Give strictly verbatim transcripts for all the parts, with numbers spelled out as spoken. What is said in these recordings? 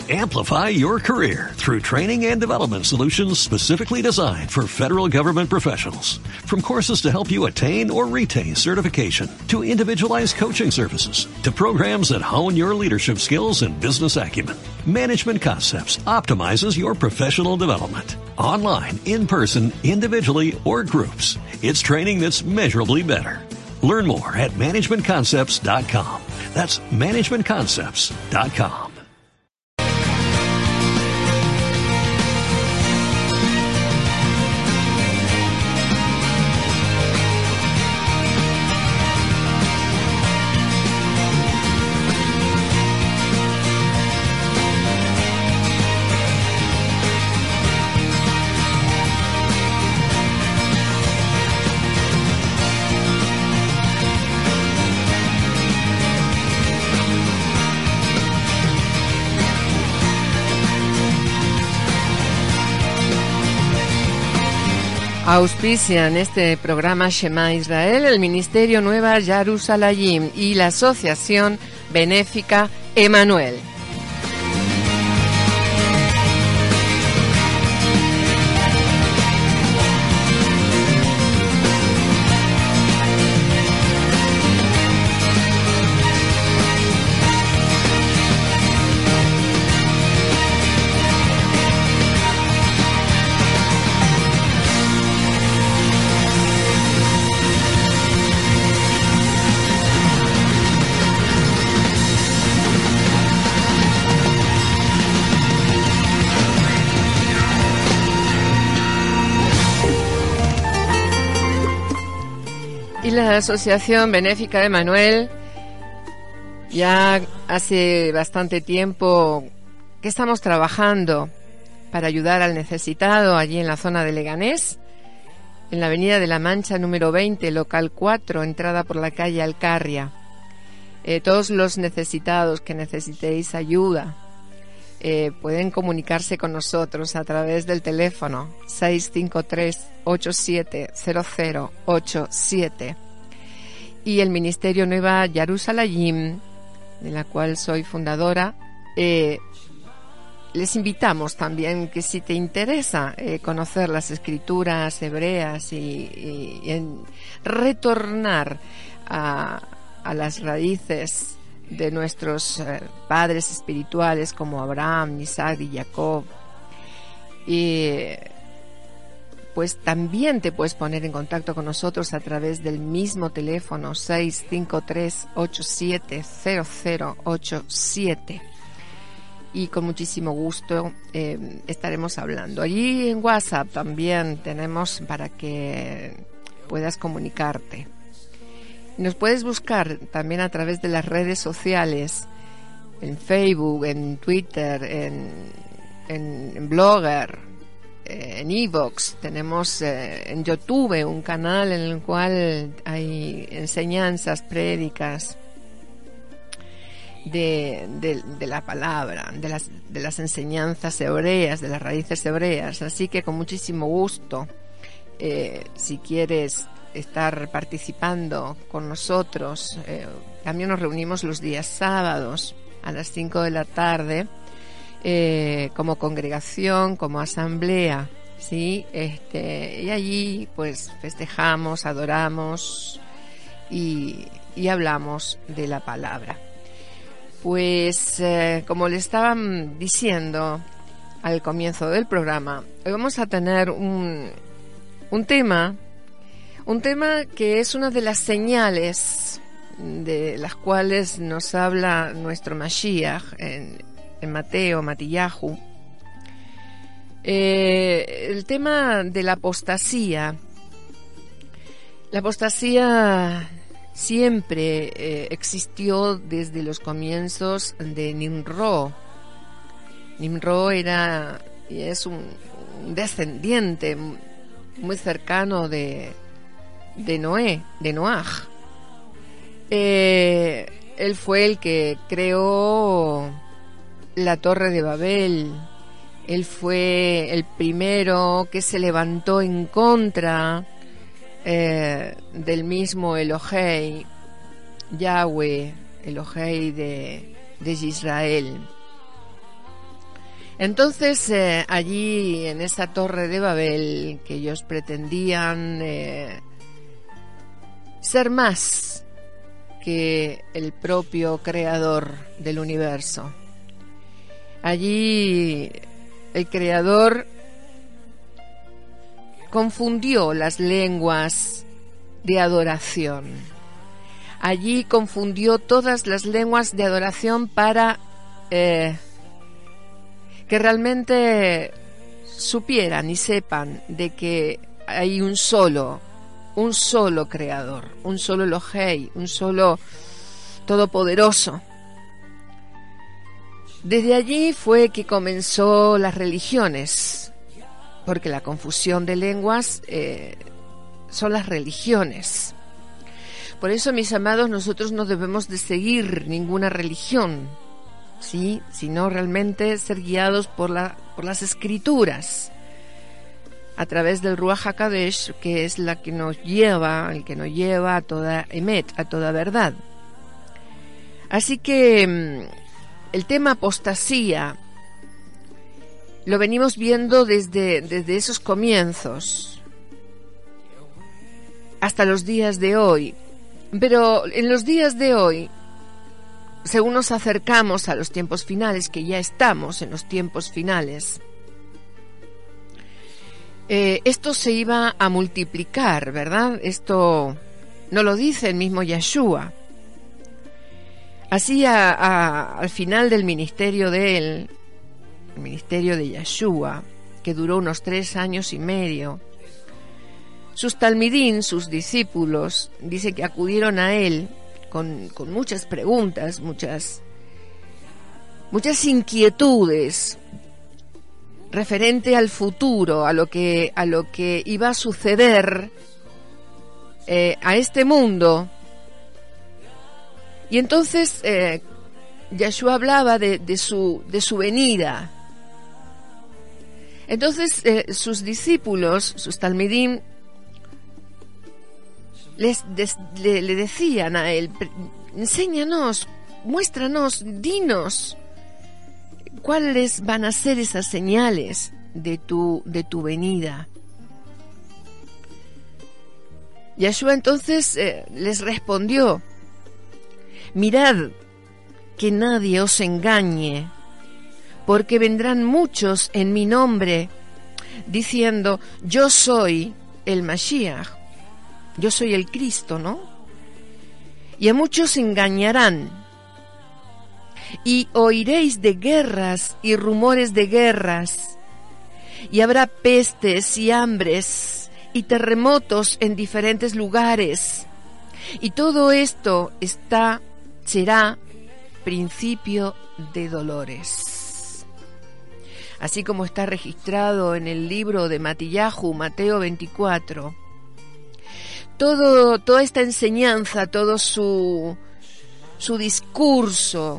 Amplify your career through training and development solutions specifically designed for federal government professionals. From courses to help you attain or retain certification, to individualized coaching services, to programs that hone your leadership skills and business acumen, Management Concepts optimizes your professional development. Online, in person, individually, or groups, it's training that's measurably better. Learn more at management concepts dot com. That's management concepts dot com. Auspician este programa Shema Israel, el Ministerio Nueva Jerusalén y la Asociación Benéfica Emanuel. Y la Asociación Benéfica Emanuel, ya hace bastante tiempo que estamos trabajando para ayudar al necesitado allí en la zona de Leganés, en la Avenida de la Mancha número veinte, local cuatro, entrada por la calle Alcarria. Eh, todos los necesitados que necesitéis ayuda eh, pueden comunicarse con nosotros a través del teléfono seis cinco tres, ocho siete cero cero ocho siete y el Ministerio Nueva Jerusalén, de la cual soy fundadora. Eh, les invitamos también que si te interesa eh, conocer las escrituras hebreas y, y, y en retornar a, a las raíces de nuestros eh, padres espirituales como Abraham, Isaac y Jacob, y pues también te puedes poner en contacto con nosotros a través del mismo teléfono seis cinco tres, ocho siete cero cero ocho siete, y con muchísimo gusto eh, estaremos hablando. Allí en WhatsApp también tenemos para que puedas comunicarte. Nos puedes buscar también a través de las redes sociales, en Facebook, en Twitter, en, en, en Blogger, eh, en iVoox. Tenemos eh, en YouTube un canal en el cual hay enseñanzas, prédicas de, de, de la palabra, de las, de las enseñanzas hebreas, de las raíces hebreas. Así que con muchísimo gusto, eh, si quieres estar participando con nosotros. Eh, también nos reunimos los días sábados a las cinco de la tarde eh, como congregación, como asamblea, ¿sí? Este, y allí pues festejamos, adoramos y, y hablamos de la palabra. Pues eh, como le estaban diciendo al comienzo del programa, hoy vamos a tener un, un tema Un tema que es una de las señales de las cuales nos habla nuestro Mashiach en, en Mateo, Matillahu. Eh, el tema de la apostasía. La apostasía siempre eh, existió desde los comienzos de Nimrod. Nimrod era y es un, un descendiente muy cercano de de Noé, de Noaj. Eh, él fue el que creó la Torre de Babel. Él fue el primero que se levantó en contra eh, del mismo Elohei, Yahweh, Elohei de, de Israel. Entonces, eh, allí en esa torre de Babel, que ellos pretendían eh, ser más que el propio creador del universo, allí el creador confundió las lenguas de adoración. Allí confundió todas las lenguas de adoración para eh, que realmente supieran y sepan de que hay un solo, un solo creador, un solo Elohei, un solo todopoderoso. Desde allí fue que comenzó las religiones, porque la confusión de lenguas eh, son las religiones. Por eso, mis amados, nosotros no debemos de seguir ninguna religión, ¿sí? Sino realmente ser guiados por, la, por las escrituras, a través del Ruach HaKodesh, que es la que nos lleva, el que nos lleva a toda emet, a toda verdad. Así que el tema apostasía lo venimos viendo desde, desde esos comienzos hasta los días de hoy. Pero en los días de hoy, según nos acercamos a los tiempos finales, que ya estamos en los tiempos finales, eh, esto se iba a multiplicar, ¿verdad? Esto no lo dice el mismo Yeshua. Así a, a, al final del ministerio de él, el ministerio de Yeshua, que duró unos tres años y medio, sus talmidín, sus discípulos, dice que acudieron a él con, con muchas preguntas, muchas, muchas inquietudes referente al futuro, a lo que, a lo que iba a suceder eh, a este mundo. Y entonces eh, Yeshua hablaba de, de su, de su venida. Entonces eh, sus discípulos, sus talmidín, les des, le, le decían a él: enséñanos, muéstranos, dinos cuáles van a ser esas señales de tu, de tu venida. Yeshua entonces eh, les respondió: mirad que nadie os engañe, porque vendrán muchos en mi nombre, diciendo: yo soy el Mashiach, yo soy el Cristo, ¿no? Y a muchos engañarán. Y oiréis de guerras y rumores de guerras, y habrá pestes y hambres y terremotos en diferentes lugares. Y todo esto está, será principio de dolores. Así como está registrado en el libro de Matillahu, Mateo veinticuatro. Todo, toda esta enseñanza, todo su, su discurso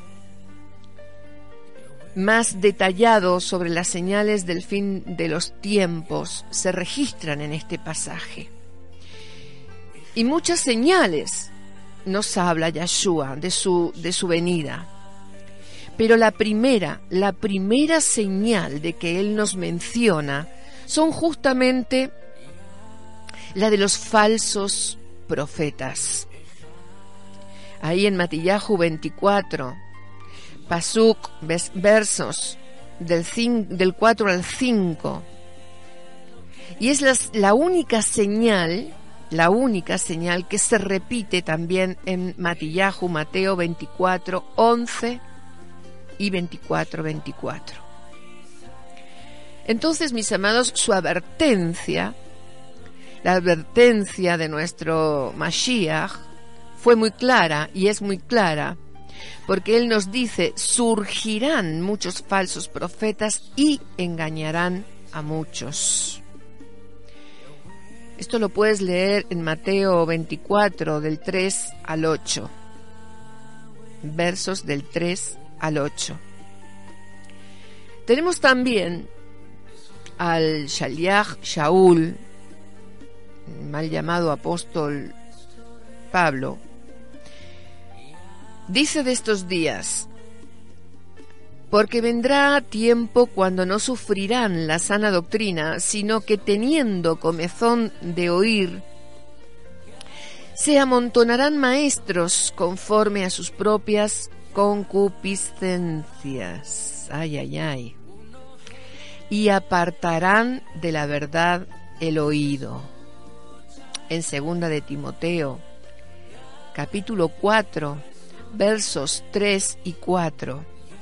más detallado sobre las señales del fin de los tiempos se registran en este pasaje. Y muchas señales nos habla Yeshua de su, de su venida. Pero la primera, la primera señal de que él nos menciona son justamente la de los falsos profetas. Ahí en Matillahu veinticuatro, Pasuk, versos del, cinco, del cuatro al cinco. Y es la, la única señal, la única señal que se repite también en Matillahu, Mateo veinticuatro, once y veinticuatro, veinticuatro. Entonces, mis amados, su advertencia, la advertencia de nuestro Mashiach fue muy clara y es muy clara, porque él nos dice: surgirán muchos falsos profetas y engañarán a muchos. Esto lo puedes leer en Mateo veinticuatro, del tres al ocho. Versos del tres al ocho. Tenemos también al Shaliach Shaul, mal llamado apóstol Pablo. Dice de estos días: Porque vendrá tiempo cuando no sufrirán la sana doctrina, sino que teniendo comezón de oír, se amontonarán maestros conforme a sus propias concupiscencias. Ay, ay, ay. Y apartarán de la verdad el oído. En segunda de Timoteo, capítulo cuatro, versos tres y cuatro.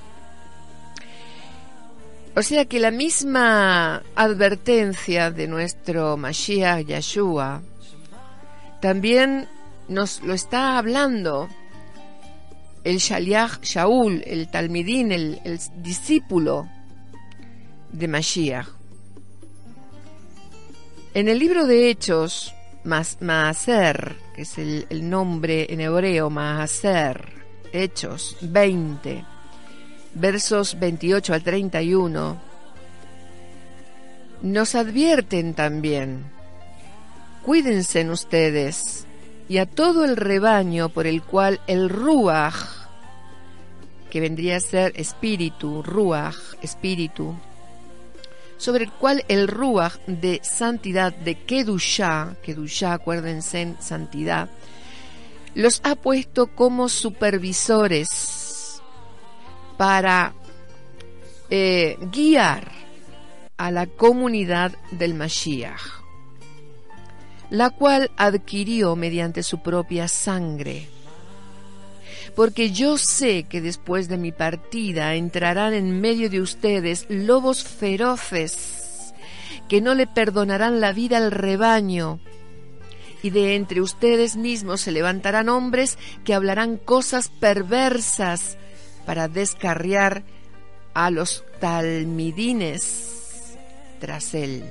O sea que la misma advertencia de nuestro Mashiach Yeshua también nos lo está hablando el Shaliach Shaul, el Talmidín, el, el discípulo de Mashiach. En el libro de Hechos, Mas, Maaser, que es el, el nombre en hebreo, Maaser, Hechos veinte, versos veintiocho al treinta y uno, nos advierten también: cuídense ustedes y a todo el rebaño por el cual el Ruach, que vendría a ser espíritu, Ruach, espíritu, sobre el cual el Ruach de santidad, de Kedushá, Kedushá, acuérdense, en santidad, los ha puesto como supervisores para eh, guiar a la comunidad del Mashiach, la cual adquirió mediante su propia sangre. Porque yo sé que después de mi partida entrarán en medio de ustedes lobos feroces, que no le perdonarán la vida al rebaño, y de entre ustedes mismos se levantarán hombres que hablarán cosas perversas para descarriar a los talmidines tras él.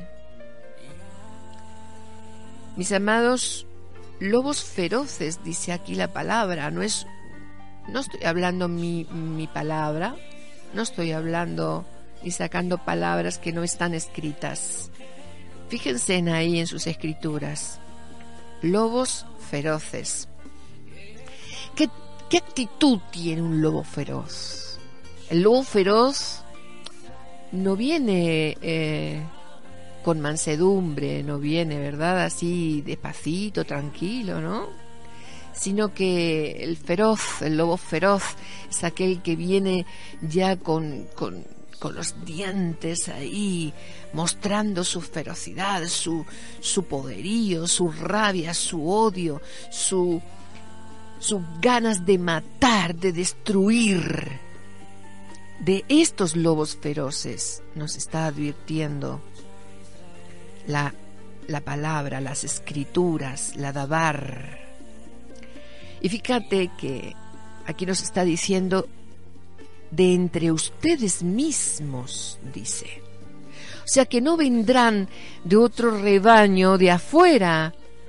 Mis amados, lobos feroces, dice aquí la palabra, no es, no estoy hablando mi, mi palabra, no estoy hablando y sacando palabras que no están escritas. Fíjense en ahí en sus escrituras, lobos feroces. ¿Qué, qué actitud tiene un lobo feroz? El lobo feroz no viene eh, con mansedumbre, no viene, ¿verdad?, así despacito, tranquilo, ¿no? Sino que el feroz, el lobo feroz, es aquel que viene ya con, con, con los dientes ahí, mostrando su ferocidad, su, su poderío, su rabia, su odio, su, sus ganas de matar, de destruir. De estos lobos feroces nos está advirtiendo la, la palabra, las escrituras, la Dabar. Y fíjate que aquí nos está diciendo de entre ustedes mismos, dice. O sea que no vendrán de otro rebaño de afuera,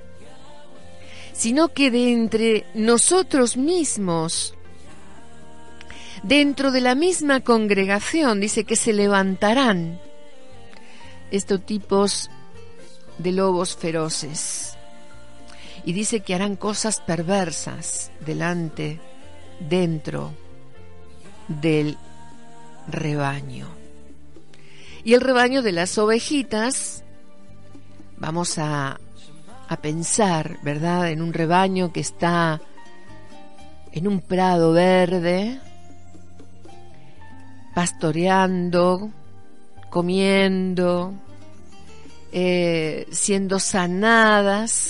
sino que de entre nosotros mismos, dentro de la misma congregación, dice que se levantarán estos tipos de lobos feroces. Y dice que harán cosas perversas delante, dentro del rebaño. Y el rebaño de las ovejitas, vamos a, a pensar, ¿verdad?, en un rebaño que está en un prado verde, pastoreando, comiendo, eh, siendo sanadas,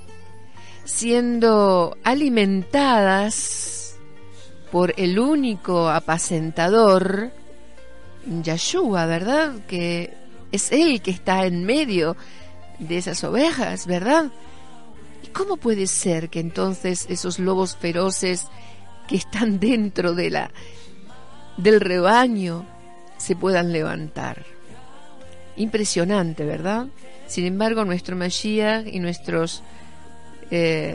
siendo alimentadas por el único apacentador, Yeshua, ¿verdad?, que es él que está en medio de esas ovejas, ¿verdad? ¿Y cómo puede ser que entonces esos lobos feroces que están dentro de la del rebaño se puedan levantar? Impresionante, ¿verdad? Sin embargo, nuestro Mashiach y nuestros eh,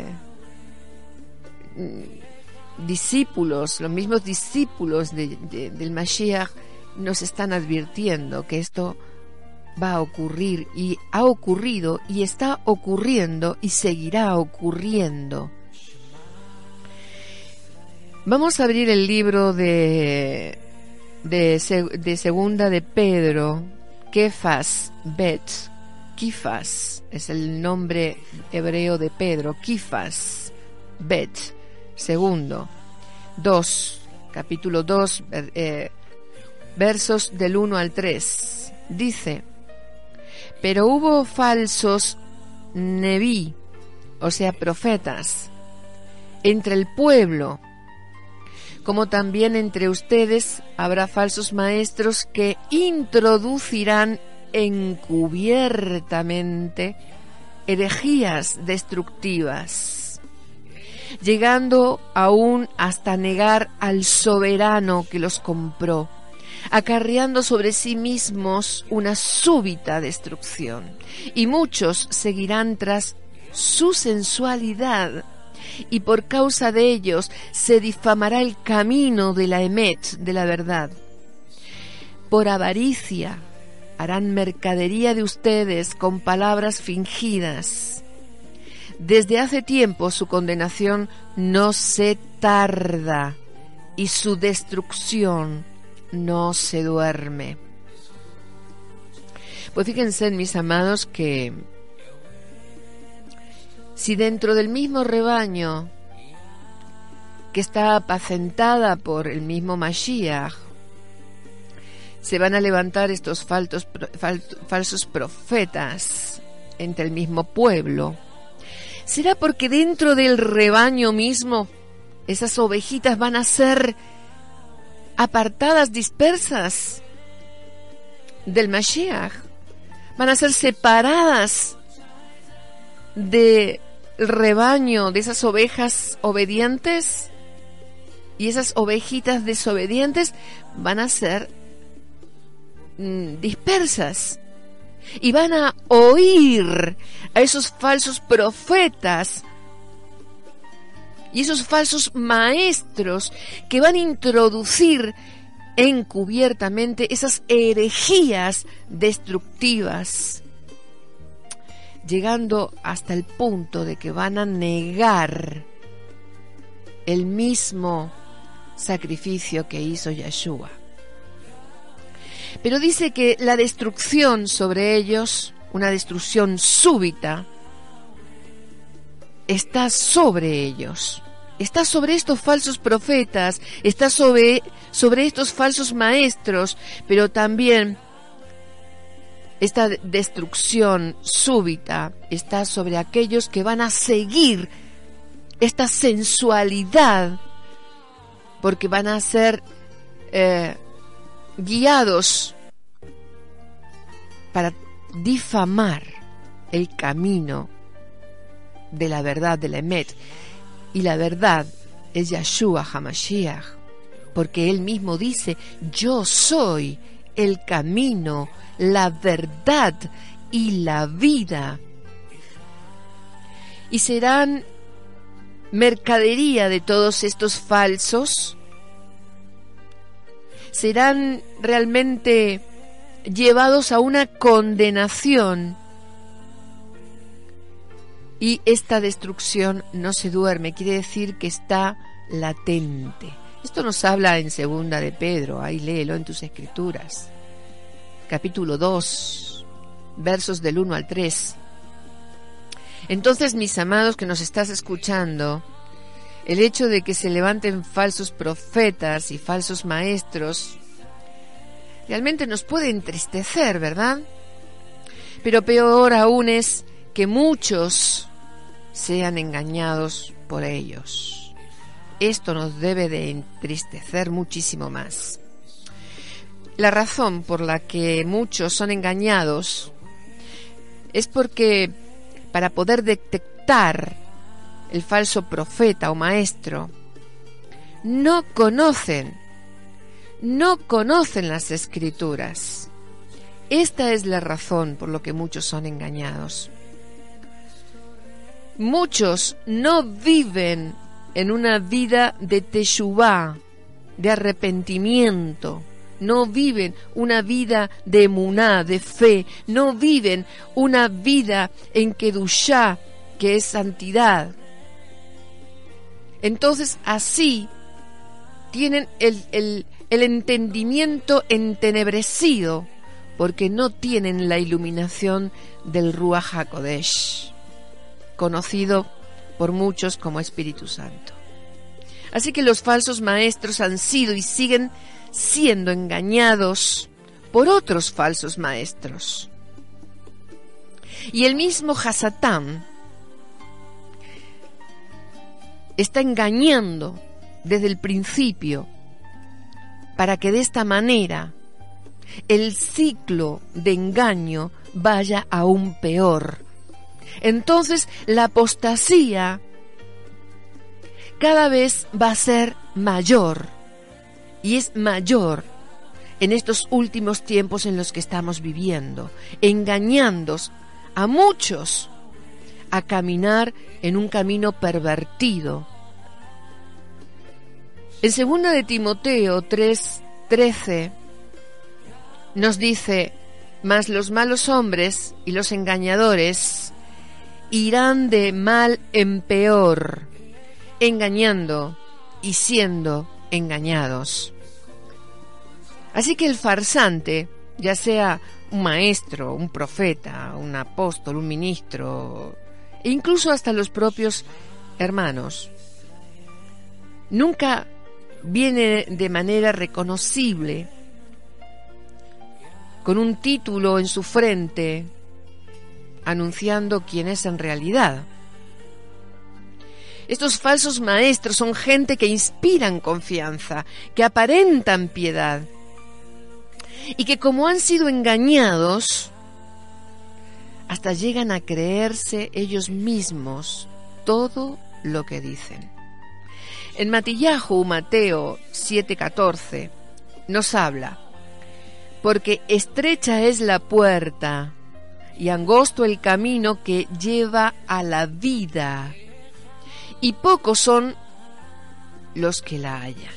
discípulos, los mismos discípulos de, de, del Mashiach, nos están advirtiendo que esto va a ocurrir, y ha ocurrido, y está ocurriendo, y seguirá ocurriendo. Vamos a abrir el libro de de, de segunda de Pedro, Kefas Bet. Kifas es el nombre hebreo de Pedro. Kifas Bet, segundo. dos, capítulo dos, eh, versos del uno al tres. Dice: pero hubo falsos neví, o sea, profetas, entre el pueblo, como también entre ustedes habrá falsos maestros que introducirán encubiertamente herejías destructivas, llegando aún hasta negar al soberano que los compró, acarreando sobre sí mismos una súbita destrucción. Y muchos seguirán tras su sensualidad, y por causa de ellos se difamará el camino de la emet, de la verdad. Por avaricia harán mercadería de ustedes con palabras fingidas. Desde hace tiempo su condenación no se tarda y su destrucción no se duerme. Pues fíjense, mis amados, que si dentro del mismo rebaño que está apacentada por el mismo Mashiach se van a levantar estos faltos, fal, falsos profetas entre el mismo pueblo, ¿será porque dentro del rebaño mismo esas ovejitas van a ser apartadas, dispersas del Mashiach? Van a ser separadas del rebaño, de esas ovejas obedientes, y esas ovejitas desobedientes van a ser mm, dispersas, y van a oír a esos falsos profetas y esos falsos maestros que van a introducir encubiertamente esas herejías destructivas, llegando hasta el punto de que van a negar el mismo sacrificio que hizo Yeshua. Pero dice que la destrucción sobre ellos, una destrucción súbita, está sobre ellos, está sobre estos falsos profetas, está sobre, sobre estos falsos maestros, pero también esta destrucción súbita está sobre aquellos que van a seguir esta sensualidad, porque van a ser eh, guiados para difamar el camino de la verdad, de la emet. Y la verdad es Yeshua HaMashiach, porque él mismo dice: yo soy el camino, la verdad y la vida. Y serán mercadería de todos estos falsos, serán realmente llevados a una condenación, y esta destrucción no se duerme, quiere decir que está latente. Esto nos habla en segunda de Pedro, ahí léelo en tus escrituras, capítulo dos, versos del uno al tres. Entonces, mis amados que nos estás escuchando, el hecho de que se levanten falsos profetas y falsos maestros realmente nos puede entristecer, ¿verdad? Pero peor aún es que muchos sean engañados por ellos. Esto nos debe de entristecer muchísimo más. La razón por la que muchos son engañados es porque para poder detectar el falso profeta o maestro, no conocen, no conocen las Escrituras. Esta es la razón por la que muchos son engañados. Muchos no viven en una vida de teshuvá, de arrepentimiento. No viven una vida de emuná, de fe. No viven una vida en kedushá, que es santidad. Entonces, así tienen el, el, el entendimiento entenebrecido, porque no tienen la iluminación del Ruach HaKodesh, conocido por muchos como Espíritu Santo. Así que los falsos maestros han sido y siguen siendo engañados por otros falsos maestros. Y el mismo Hasatán está engañando desde el principio para que de esta manera el ciclo de engaño vaya aún peor. Entonces la apostasía cada vez va a ser mayor, y es mayor en estos últimos tiempos en los que estamos viviendo, engañando a muchos a caminar en un camino pervertido. En segunda de Timoteo tres trece nos dice: mas los malos hombres y los engañadores irán de mal en peor, engañando y siendo engañados. Así que el farsante, ya sea un maestro, un profeta, un apóstol, un ministro, e incluso hasta los propios hermanos, nunca viene de manera reconocible con un título en su frente anunciando quién es en realidad. Estos falsos maestros son gente que inspiran confianza, que aparentan piedad, y que como han sido engañados, hasta llegan a creerse ellos mismos todo lo que dicen. En Matillahu, Mateo siete catorce, nos habla: porque estrecha es la puerta y angosto el camino que lleva a la vida, y pocos son los que la hallan.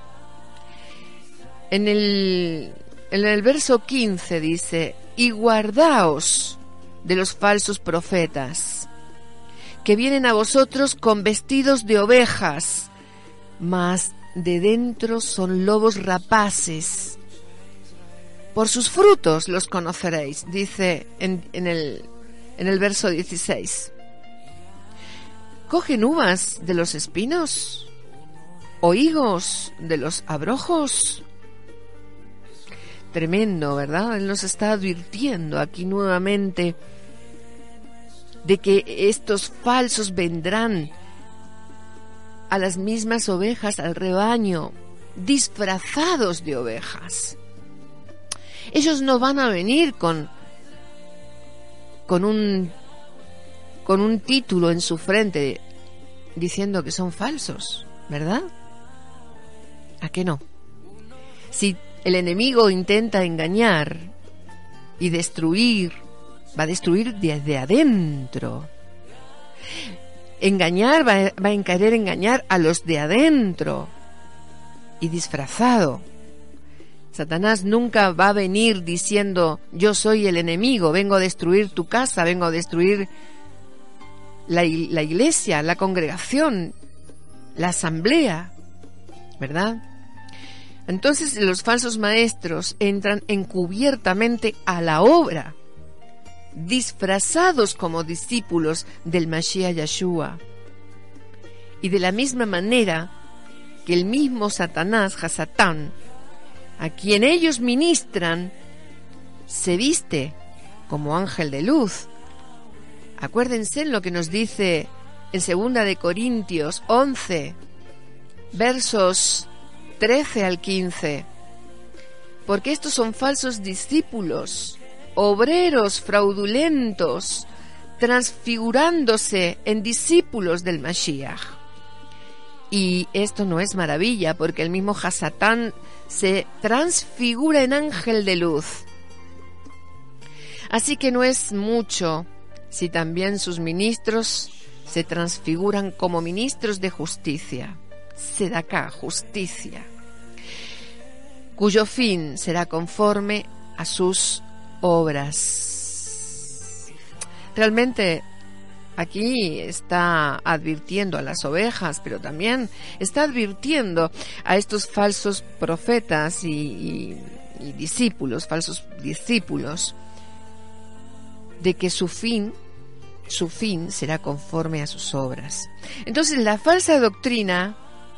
En el, en el verso quince dice: y guardaos de los falsos profetas, que vienen a vosotros con vestidos de ovejas, mas de dentro son lobos rapaces. Por sus frutos los conoceréis, dice en, en, el, en el verso dieciséis. ¿Cogen uvas de los espinos o higos de los abrojos? Tremendo, ¿verdad? Él nos está advirtiendo aquí nuevamente de que estos falsos vendrán a las mismas ovejas, al rebaño, disfrazados de ovejas. Ellos no van a venir con, con un con un título en su frente diciendo que son falsos, ¿verdad? ¿A qué no? Si el enemigo intenta engañar y destruir, va a destruir desde adentro. Engañar va a, va a querer engañar a los de adentro y disfrazado. Satanás nunca va a venir diciendo: yo soy el enemigo, vengo a destruir tu casa, vengo a destruir la, la iglesia, la congregación, la asamblea, ¿verdad? Entonces los falsos maestros entran encubiertamente a la obra, disfrazados como discípulos del Mashiach Yeshua. Y de la misma manera que el mismo Satanás, Hasatán, a quien ellos ministran, se viste como ángel de luz. Acuérdense en lo que nos dice en segunda de Corintios once, versos trece al quince. Porque estos son falsos discípulos, obreros fraudulentos, transfigurándose en discípulos del Mashiach. Y esto no es maravilla, porque el mismo Hasatán se transfigura en ángel de luz. Así que no es mucho si también sus ministros se transfiguran como ministros de justicia, Sedaká, justicia, cuyo fin será conforme a sus obras. Realmente aquí está advirtiendo a las ovejas, pero también está advirtiendo a estos falsos profetas y, y, y discípulos, falsos discípulos, de que su fin, su fin será conforme a sus obras. Entonces, la falsa doctrina,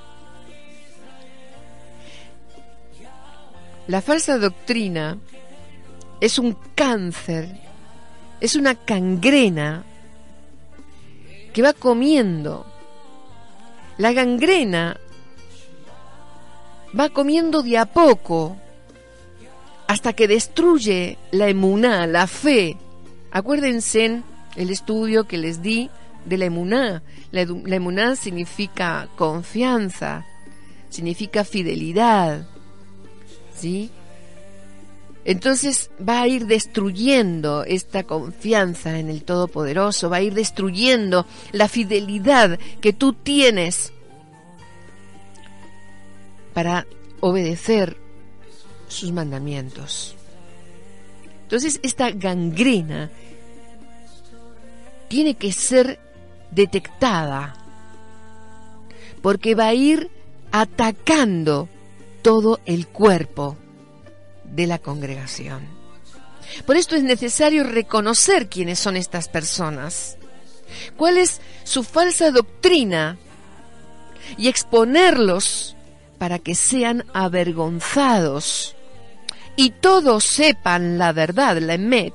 la falsa doctrina es un cáncer, es una gangrena que va comiendo. La gangrena va comiendo de a poco hasta que destruye la emuná, la fe. Acuérdense el estudio que les di de la emuná. La, la emuná significa confianza, significa fidelidad, ¿sí? Entonces va a ir destruyendo esta confianza en el Todopoderoso, va a ir destruyendo la fidelidad que tú tienes para obedecer sus mandamientos. Entonces esta gangrena tiene que ser detectada, porque va a ir atacando todo el cuerpo de la congregación. Por esto es necesario reconocer quiénes son estas personas, cuál es su falsa doctrina, y exponerlos para que sean avergonzados y todos sepan la verdad, la emet.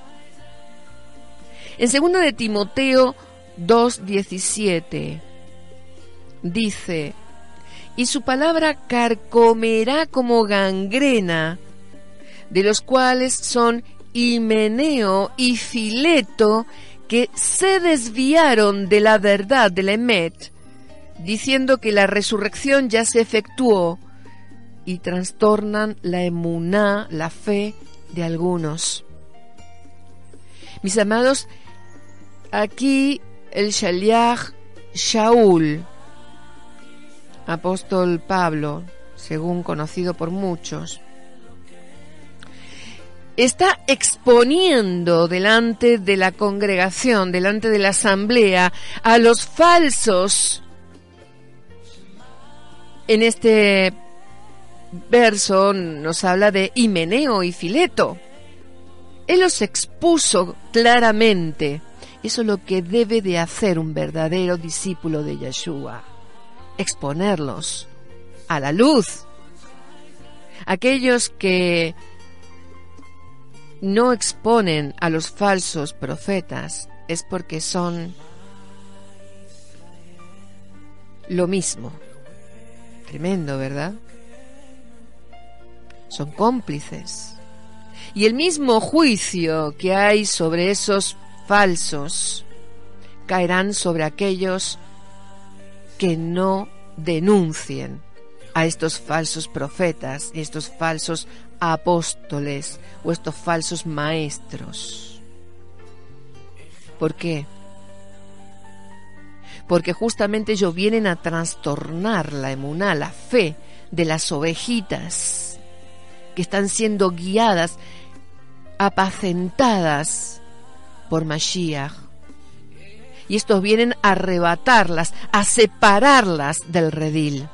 En segunda de Timoteo dos diecisiete dice: y su palabra carcomerá como gangrena, de los cuales son Himeneo y Fileto, que se desviaron de la verdad de la emet, diciendo que la resurrección ya se efectuó, y trastornan la emuná, la fe de algunos. Mis amados, aquí el Shaliach Shaul, apóstol Pablo, según conocido por muchos, está exponiendo delante de la congregación, delante de la asamblea, a los falsos. En este verso nos habla de Himeneo y Fileto. Él los expuso claramente. Eso es lo que debe de hacer un verdadero discípulo de Yeshua: exponerlos a la luz. Aquellos que no exponen a los falsos profetas es porque son lo mismo. Tremendo, ¿verdad? Son cómplices. Y el mismo juicio que hay sobre esos falsos caerán sobre aquellos que no denuncien a estos falsos profetas, estos falsos apóstoles o estos falsos maestros. ¿Por qué? Porque justamente ellos vienen a trastornar la emuná, la fe de las ovejitas que están siendo guiadas, apacentadas por Mashiach. Y estos vienen a arrebatarlas, a separarlas del redil.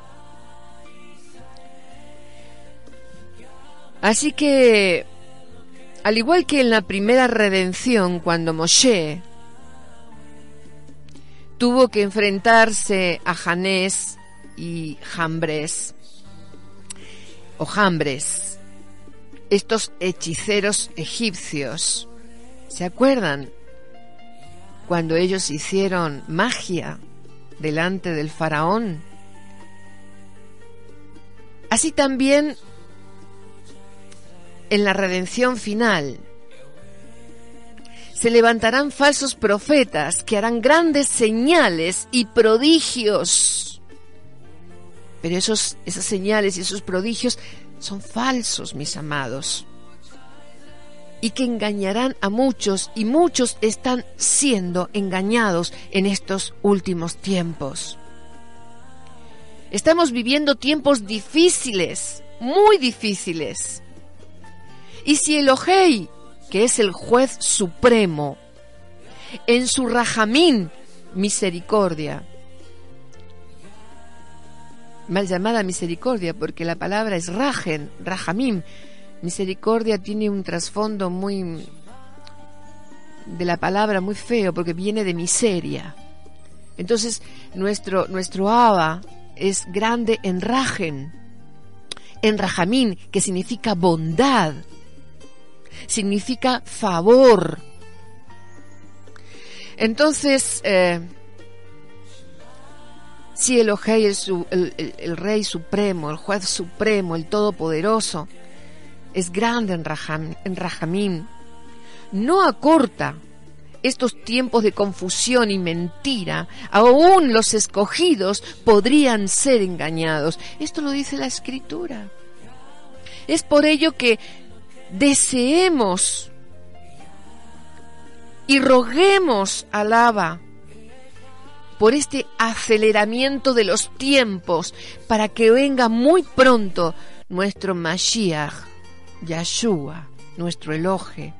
Así que, al igual que en la primera redención, cuando Moshe tuvo que enfrentarse a Janés y Jambres, o Jambres, estos hechiceros egipcios, ¿se acuerdan? Cuando ellos hicieron magia delante del faraón. Así también en la redención final se levantarán falsos profetas que harán grandes señales y prodigios. Pero esos, esas señales y esos prodigios son falsos, mis amados, y que engañarán a muchos, y muchos están siendo engañados en estos últimos tiempos. Estamos viviendo tiempos difíciles, muy difíciles. Y si Elohei, que es el juez supremo, en su rajamín, misericordia. Mal llamada misericordia, porque la palabra es rajen, rajamim. Misericordia tiene un trasfondo muy de la palabra muy feo, porque viene de miseria. Entonces nuestro nuestro Abba es grande en rajen, en rajamín, que significa bondad, significa favor. Entonces eh, si Elohei, el, el, el, el Rey Supremo, el Juez Supremo, el Todopoderoso, es grande en, Rajam, en Rajamín, no acorta estos tiempos de confusión y mentira, aún los escogidos podrían ser engañados. Esto lo dice la Escritura. Es por ello que deseemos y roguemos al Abba por este aceleramiento de los tiempos, para que venga muy pronto nuestro Mashiach, Yahshua, nuestro Elohe.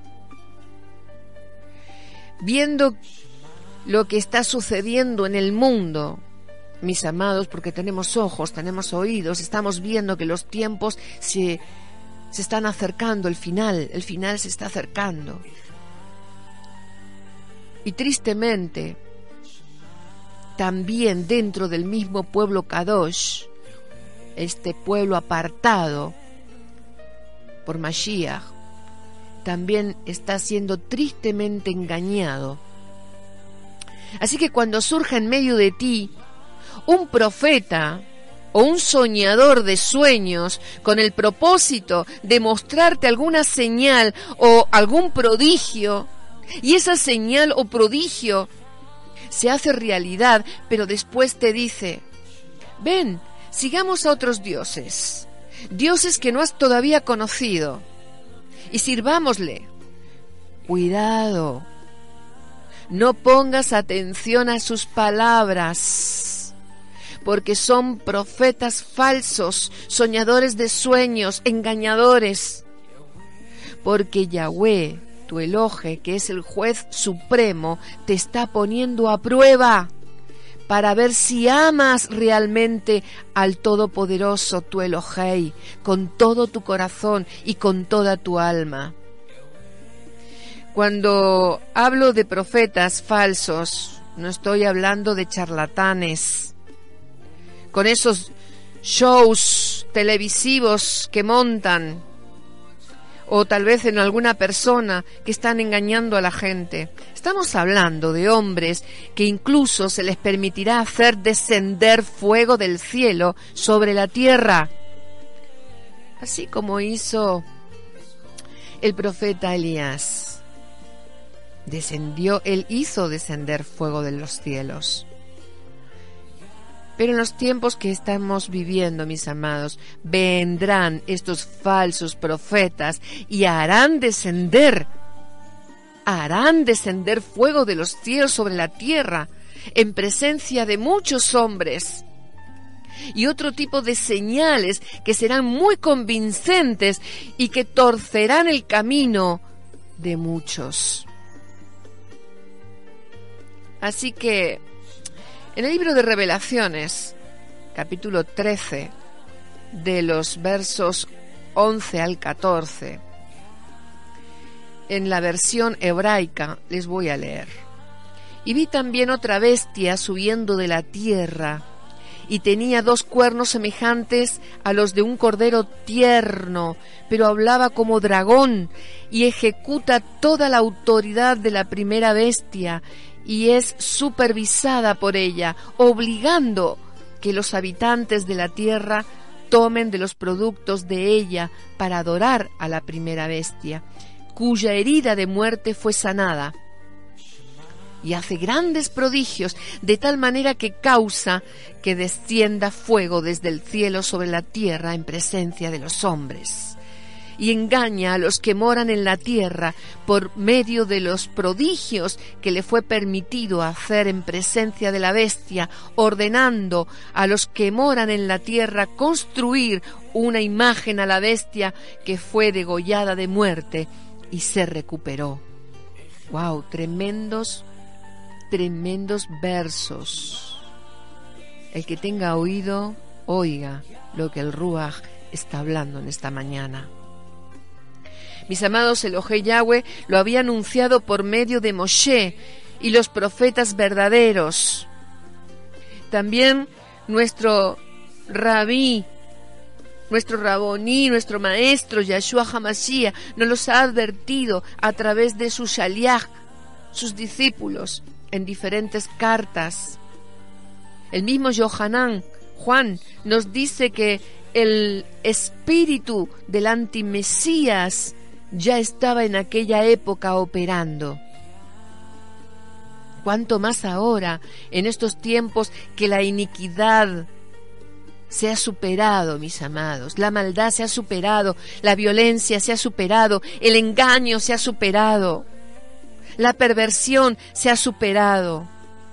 Viendo lo que está sucediendo en el mundo, mis amados, porque tenemos ojos, tenemos oídos, estamos viendo que los tiempos se, se están acercando, el final, el final se está acercando. Y tristemente, también dentro del mismo pueblo Kadosh, este pueblo apartado por Mashiach, también está siendo tristemente engañado. Así que cuando surja en medio de ti un profeta o un soñador de sueños con el propósito de mostrarte alguna señal o algún prodigio, y esa señal o prodigio se hace realidad, pero después te dice: ven, sigamos a otros dioses, dioses que no has todavía conocido, y sirvámosle. Cuidado, no pongas atención a sus palabras, porque son profetas falsos, soñadores de sueños, engañadores. Porque Yahweh, tu Elohe, que es el juez supremo, te está poniendo a prueba para ver si amas realmente al Todopoderoso, tu Elohei, con todo tu corazón y con toda tu alma. Cuando hablo de profetas falsos, no estoy hablando de charlatanes, con esos shows televisivos que montan, o tal vez en alguna persona que están engañando a la gente. Estamos hablando de hombres que incluso se les permitirá hacer descender fuego del cielo sobre la tierra, así como hizo el profeta Elías. Descendió, él hizo descender fuego de los cielos. Pero en los tiempos que estamos viviendo, mis amados, vendrán estos falsos profetas y harán descender, harán descender fuego de los cielos sobre la tierra, en presencia de muchos hombres. Y otro tipo de señales que serán muy convincentes y que torcerán el camino de muchos. Así que en el libro de Revelaciones, capítulo trece, de los versos once al catorce, en la versión hebraica les voy a leer. Y vi también otra bestia subiendo de la tierra, y tenía dos cuernos semejantes a los de un cordero tierno, pero hablaba como dragón, y ejecuta toda la autoridad de la primera bestia, y es supervisada por ella, obligando que los habitantes de la tierra tomen de los productos de ella para adorar a la primera bestia, cuya herida de muerte fue sanada. Y hace grandes prodigios, de tal manera que causa que descienda fuego desde el cielo sobre la tierra en presencia de los hombres. Y engaña a los que moran en la tierra por medio de los prodigios que le fue permitido hacer en presencia de la bestia, ordenando a los que moran en la tierra construir una imagen a la bestia que fue degollada de muerte y se recuperó. ¡Wow! Tremendos tremendos versos. El que tenga oído, oiga lo que el Ruaj está hablando en esta mañana. Mis amados, Elohei Yahweh lo había anunciado por medio de Moshe y los profetas verdaderos. También nuestro rabí, nuestro raboní, nuestro maestro Yahshua HaMashiach nos los ha advertido a través de su shaliach, sus discípulos, en diferentes cartas. El mismo Yohanan, Juan, nos dice que el espíritu del antimesías ya estaba en aquella época operando. Cuánto más ahora, en estos tiempos que la iniquidad se ha superado, mis amados, la maldad se ha superado, la violencia se ha superado, el engaño se ha superado, la perversión se ha superado.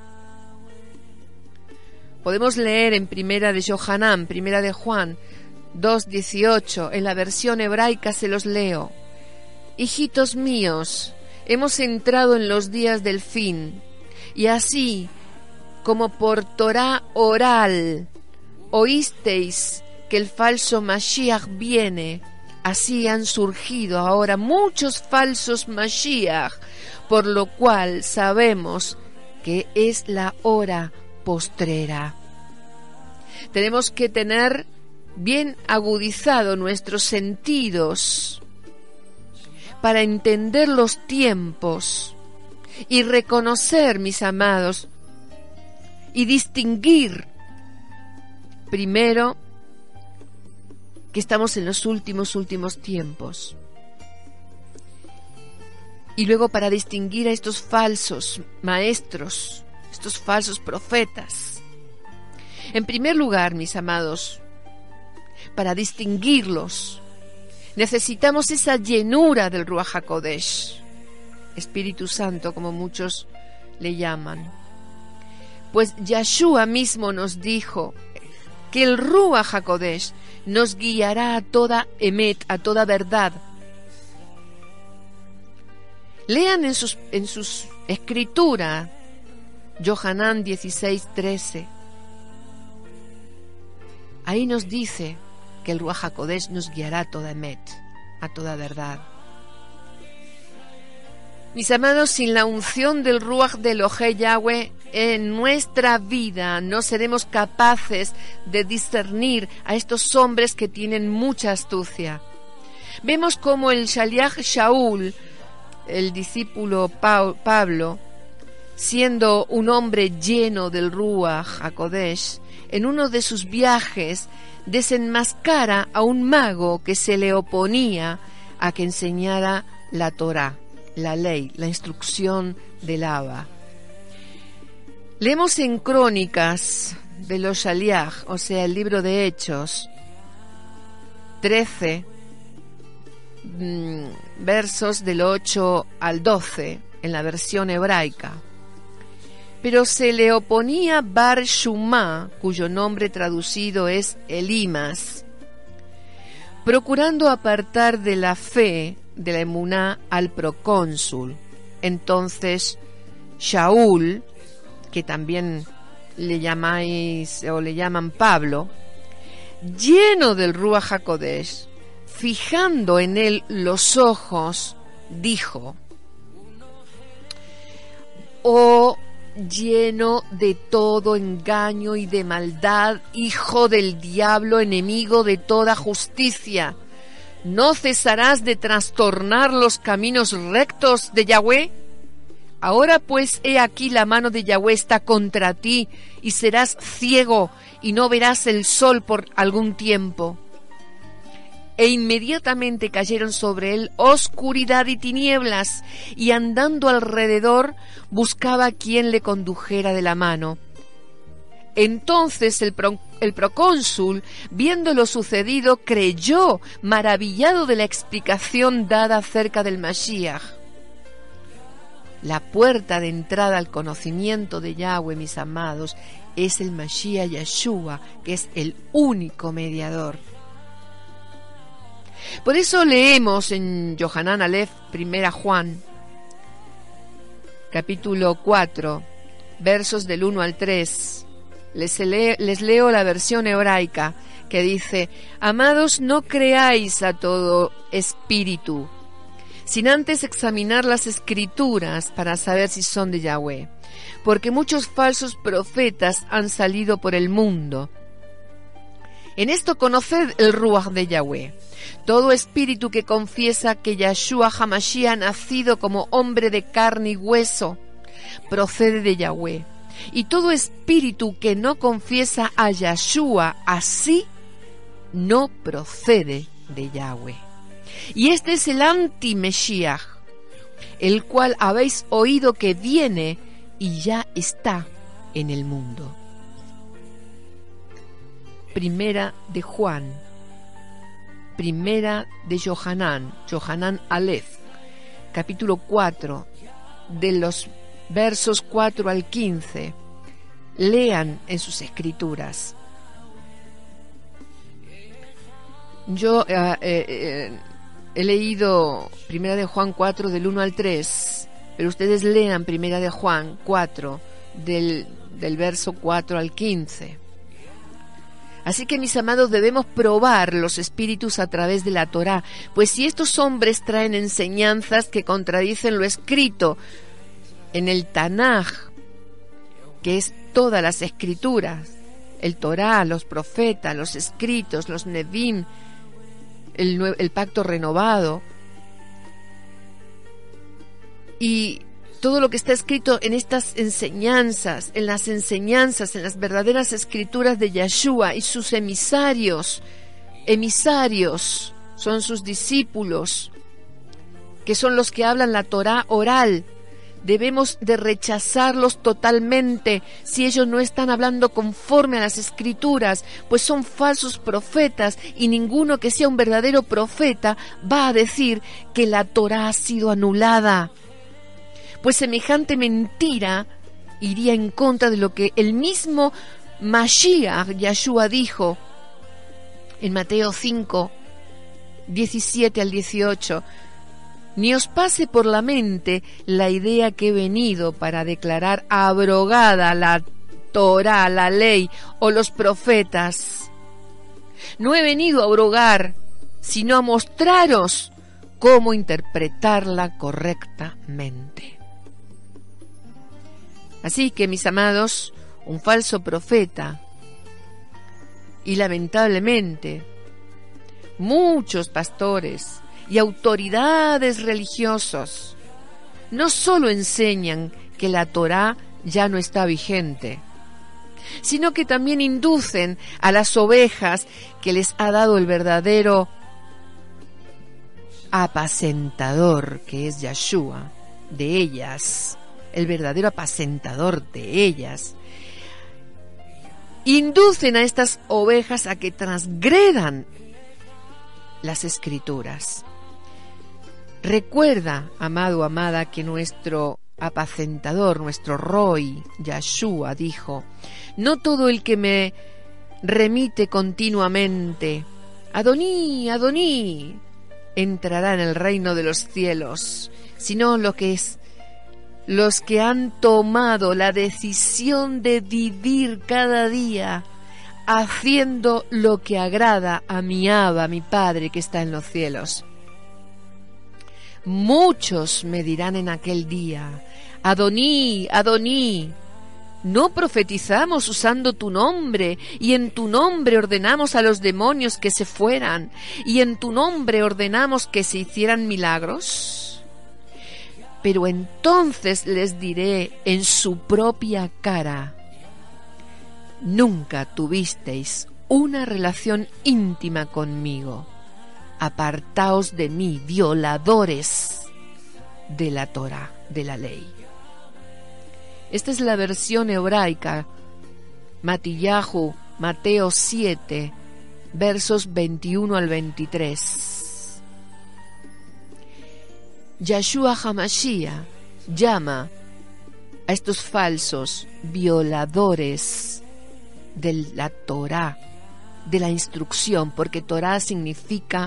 Podemos leer en Primera de Yohanan, Primera de Juan dos dieciocho, en la versión hebraica se los leo. Hijitos míos, hemos entrado en los días del fin, y así como por Torá oral oísteis que el falso Mashiach viene, así han surgido ahora muchos falsos Mashiach, por lo cual sabemos que es la hora postrera. Tenemos que tener bien agudizado nuestros sentidos para entender los tiempos y reconocer, mis amados, y distinguir primero que estamos en los últimos, últimos tiempos. Y luego para distinguir a estos falsos maestros, estos falsos profetas. En primer lugar, mis amados, para distinguirlos, necesitamos esa llenura del Ruach HaKodesh, Espíritu Santo, como muchos le llaman. Pues Yahshua mismo nos dijo que el Ruach HaKodesh nos guiará a toda emet, a toda verdad. Lean en sus, en sus escrituras, Yohanan dieciséis trece. Ahí nos dice que el Ruach HaKodesh nos guiará a toda emet, a toda verdad. Mis amados, sin la unción del Ruach de Elohei Yahweh en nuestra vida no seremos capaces de discernir a estos hombres que tienen mucha astucia. Vemos como el Shaliach Shaul, el discípulo pa- Pablo, siendo un hombre lleno del Ruach HaKodesh, en uno de sus viajes desenmascara a un mago que se le oponía a que enseñara la Torá, la ley, la instrucción del Abba. Leemos en Crónicas de los Shaliach, o sea, el libro de Hechos, trece, mmm, versos del ocho al doce, en la versión hebraica. Pero se le oponía Bar Shumá, cuyo nombre traducido es Elimas, procurando apartar de la fe de la emuná al procónsul. Entonces Shaul, que también le llamáis o le llaman Pablo, lleno del Ruach HaKodesh, fijando en él los ojos, dijo: oh, lleno de todo engaño y de maldad, hijo del diablo, enemigo de toda justicia, ¿no cesarás de trastornar los caminos rectos de Yahweh? Ahora pues he aquí la mano de Yahweh está contra ti, y serás ciego y no verás el sol por algún tiempo. E inmediatamente cayeron sobre él oscuridad y tinieblas, y andando alrededor buscaba a quien le condujera de la mano. Entonces el, pro, el procónsul, viendo lo sucedido, creyó, maravillado de la explicación dada acerca del Mashiach. La puerta de entrada al conocimiento de Yahweh, mis amados, es el Mashiach Yeshua, que es el único mediador. Por eso leemos en Yohanan Aleph, Primera Juan, capítulo cuatro, versos del uno al tres. Les, le, les leo la versión hebraica que dice: Amados, no creáis a todo espíritu, sin antes examinar las escrituras para saber si son de Yahweh, porque muchos falsos profetas han salido por el mundo. En esto conoced el Ruach de Yahweh. Todo espíritu que confiesa que Yahshua HaMashiach ha nacido como hombre de carne y hueso, procede de Yahweh. Y todo espíritu que no confiesa a Yahshua así, no procede de Yahweh. Y este es el anti-Meshiach, el cual habéis oído que viene y ya está en el mundo. Primera de Juan, primera de Yohanan, Yohanan Aleph, capítulo cuatro, de los versos cuatro al quince. Lean en sus escrituras. Yo eh, eh, eh, he leído Primera de Juan cuatro del uno al tres, pero ustedes lean Primera de Juan cuatro del, del verso cuatro al quince. Así que, mis amados, debemos probar los espíritus a través de la Torá, pues si estos hombres traen enseñanzas que contradicen lo escrito en el Tanaj, que es todas las escrituras, el Torá, los profetas, los escritos, los Nevim, el, el pacto renovado, y todo lo que está escrito en estas enseñanzas, en las enseñanzas, en las verdaderas escrituras de Yahshua y sus emisarios, emisarios son sus discípulos, que son los que hablan la Torá oral. Debemos de rechazarlos totalmente si ellos no están hablando conforme a las escrituras, pues son falsos profetas, y ninguno que sea un verdadero profeta va a decir que la Torá ha sido anulada, pues semejante mentira iría en contra de lo que el mismo Mashiach, Yahshua, dijo en Mateo cinco, diecisiete al dieciocho. Ni os pase por la mente la idea que he venido para declarar abrogada la Torá, la ley o los profetas. No he venido a abrogar, sino a mostraros cómo interpretarla correctamente. Así que, mis amados, un falso profeta, y lamentablemente muchos pastores y autoridades religiosos no solo enseñan que la Torá ya no está vigente, sino que también inducen a las ovejas que les ha dado el verdadero apacentador, que es Yahshua, de ellas, el verdadero apacentador de ellas. Inducen a estas ovejas a que transgredan las escrituras. Recuerda, amado, amada, que nuestro apacentador, nuestro Roy, Yahshua, dijo: no todo el que me remite continuamente, Adoní, Adoní, entrará en el reino de los cielos, sino lo que es los que han tomado la decisión de vivir cada día haciendo lo que agrada a mi Abba, mi Padre que está en los cielos. Muchos me dirán en aquel día: Adoní, Adoní, ¿no profetizamos usando tu nombre, y en tu nombre ordenamos a los demonios que se fueran, y en tu nombre ordenamos que se hicieran milagros? Pero entonces les diré en su propia cara: nunca tuvisteis una relación íntima conmigo. Apartaos de mí, violadores de la Torá, de la ley. Esta es la versión hebraica, Matillahu, Mateo siete, versos veintiuno al veintitrés. Yahshua HaMashiach llama a estos falsos violadores de la Torá, de la instrucción, porque Torá significa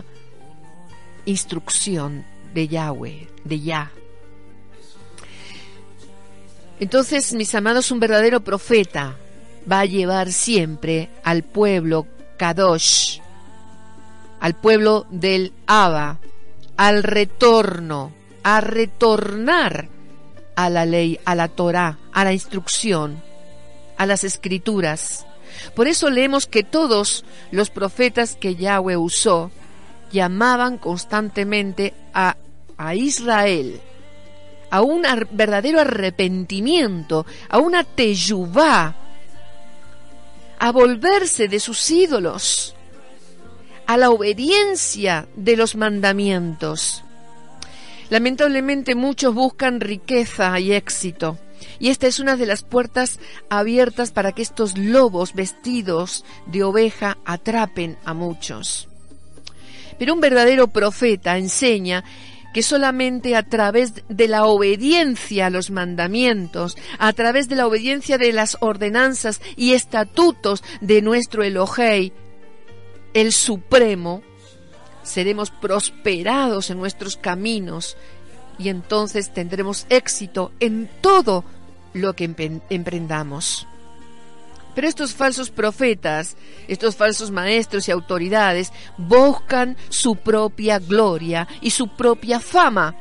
instrucción de Yahweh, de Yah. Entonces, mis amados, un verdadero profeta va a llevar siempre al pueblo Kadosh, al pueblo del Abba, al retorno, a retornar a la ley, a la Torá, a la instrucción, a las escrituras. Por eso leemos que todos los profetas que Yahweh usó llamaban constantemente a, a Israel a un ar- verdadero arrepentimiento, a una teyuvá, a volverse de sus ídolos, a la obediencia de los mandamientos. Lamentablemente muchos buscan riqueza y éxito, y esta es una de las puertas abiertas para que estos lobos vestidos de oveja atrapen a muchos. Pero un verdadero profeta enseña que solamente a través de la obediencia a los mandamientos, a través de la obediencia de las ordenanzas y estatutos de nuestro Elohei, el Supremo, seremos prosperados en nuestros caminos y entonces tendremos éxito en todo lo que emprendamos. Pero estos falsos profetas, estos falsos maestros y autoridades buscan su propia gloria y su propia fama.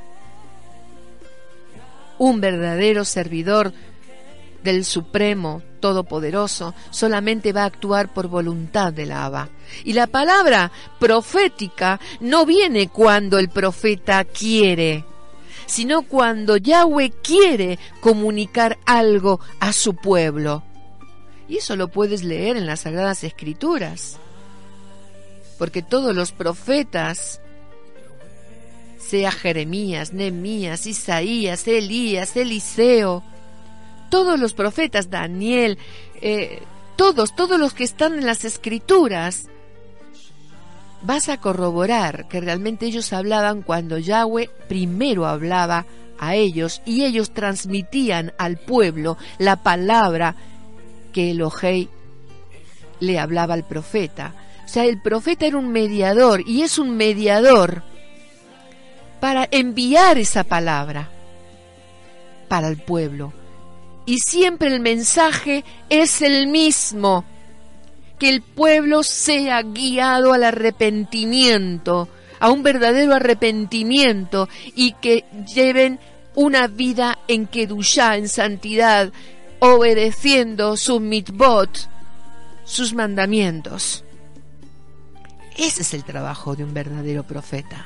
Un verdadero servidor del Supremo Todopoderoso solamente va a actuar por voluntad del Abba. Y la palabra profética no viene cuando el profeta quiere, sino cuando Yahweh quiere comunicar algo a su pueblo. Y eso lo puedes leer en las Sagradas Escrituras. Porque todos los profetas, sea Jeremías, Nehemías, Isaías, Elías, Eliseo, todos los profetas, Daniel, eh, todos, todos los que están en las Escrituras, vas a corroborar que realmente ellos hablaban cuando Yahweh primero hablaba a ellos y ellos transmitían al pueblo la palabra que Elohei le hablaba al profeta. O sea, el profeta era un mediador y es un mediador para enviar esa palabra para el pueblo. Y siempre el mensaje es el mismo: que el pueblo sea guiado al arrepentimiento, a un verdadero arrepentimiento, y que lleven una vida en kedushá, en santidad, obedeciendo sus mitzvot, sus mandamientos. Ese es el trabajo de un verdadero profeta.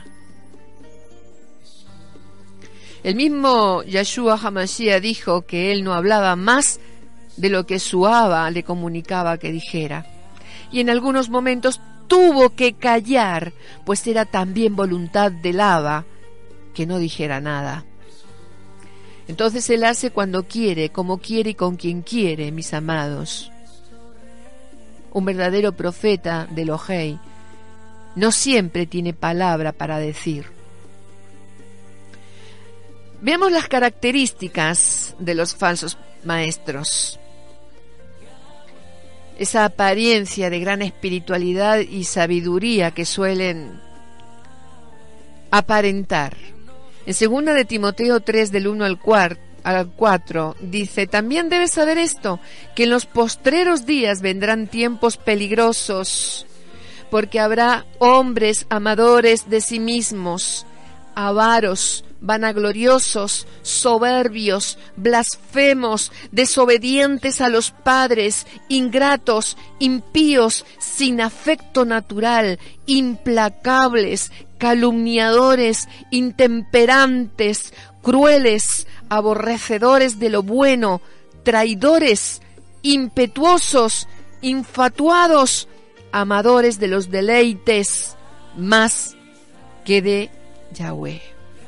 El mismo Yeshua HaMashiach dijo que él no hablaba más de lo que su Abba le comunicaba que dijera. Y en algunos momentos tuvo que callar, pues era también voluntad del Abba que no dijera nada. Entonces Él hace cuando quiere, como quiere y con quien quiere, mis amados. Un verdadero profeta de Elohei no siempre tiene palabra para decir. Veamos las características de los falsos maestros. Esa apariencia de gran espiritualidad y sabiduría que suelen aparentar. En segunda de Timoteo tres, del uno al cuatro, dice: también debes saber esto, que en los postreros días vendrán tiempos peligrosos, porque habrá hombres amadores de sí mismos, avaros, vanagloriosos, soberbios, blasfemos, desobedientes a los padres, ingratos, impíos, sin afecto natural, implacables, calumniadores, intemperantes, crueles, aborrecedores de lo bueno, traidores, impetuosos, infatuados, amadores de los deleites, más que de Yahweh.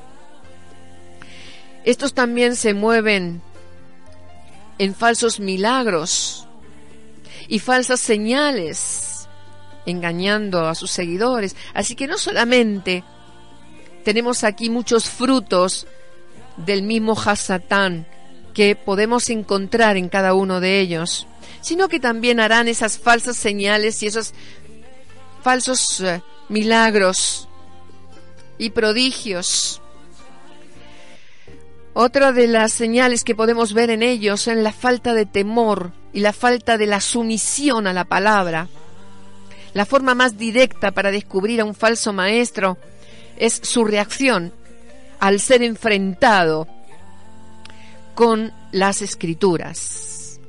Estos también se mueven en falsos milagros y falsas señales, engañando a sus seguidores. Así que no solamente tenemos aquí muchos frutos del mismo Hasatán que podemos encontrar en cada uno de ellos, sino que también harán esas falsas señales y esos falsos uh, milagros y prodigios. Otra de las señales que podemos ver en ellos es la falta de temor y la falta de la sumisión a la palabra. La forma más directa para descubrir a un falso maestro es su reacción al ser enfrentado con las Escrituras.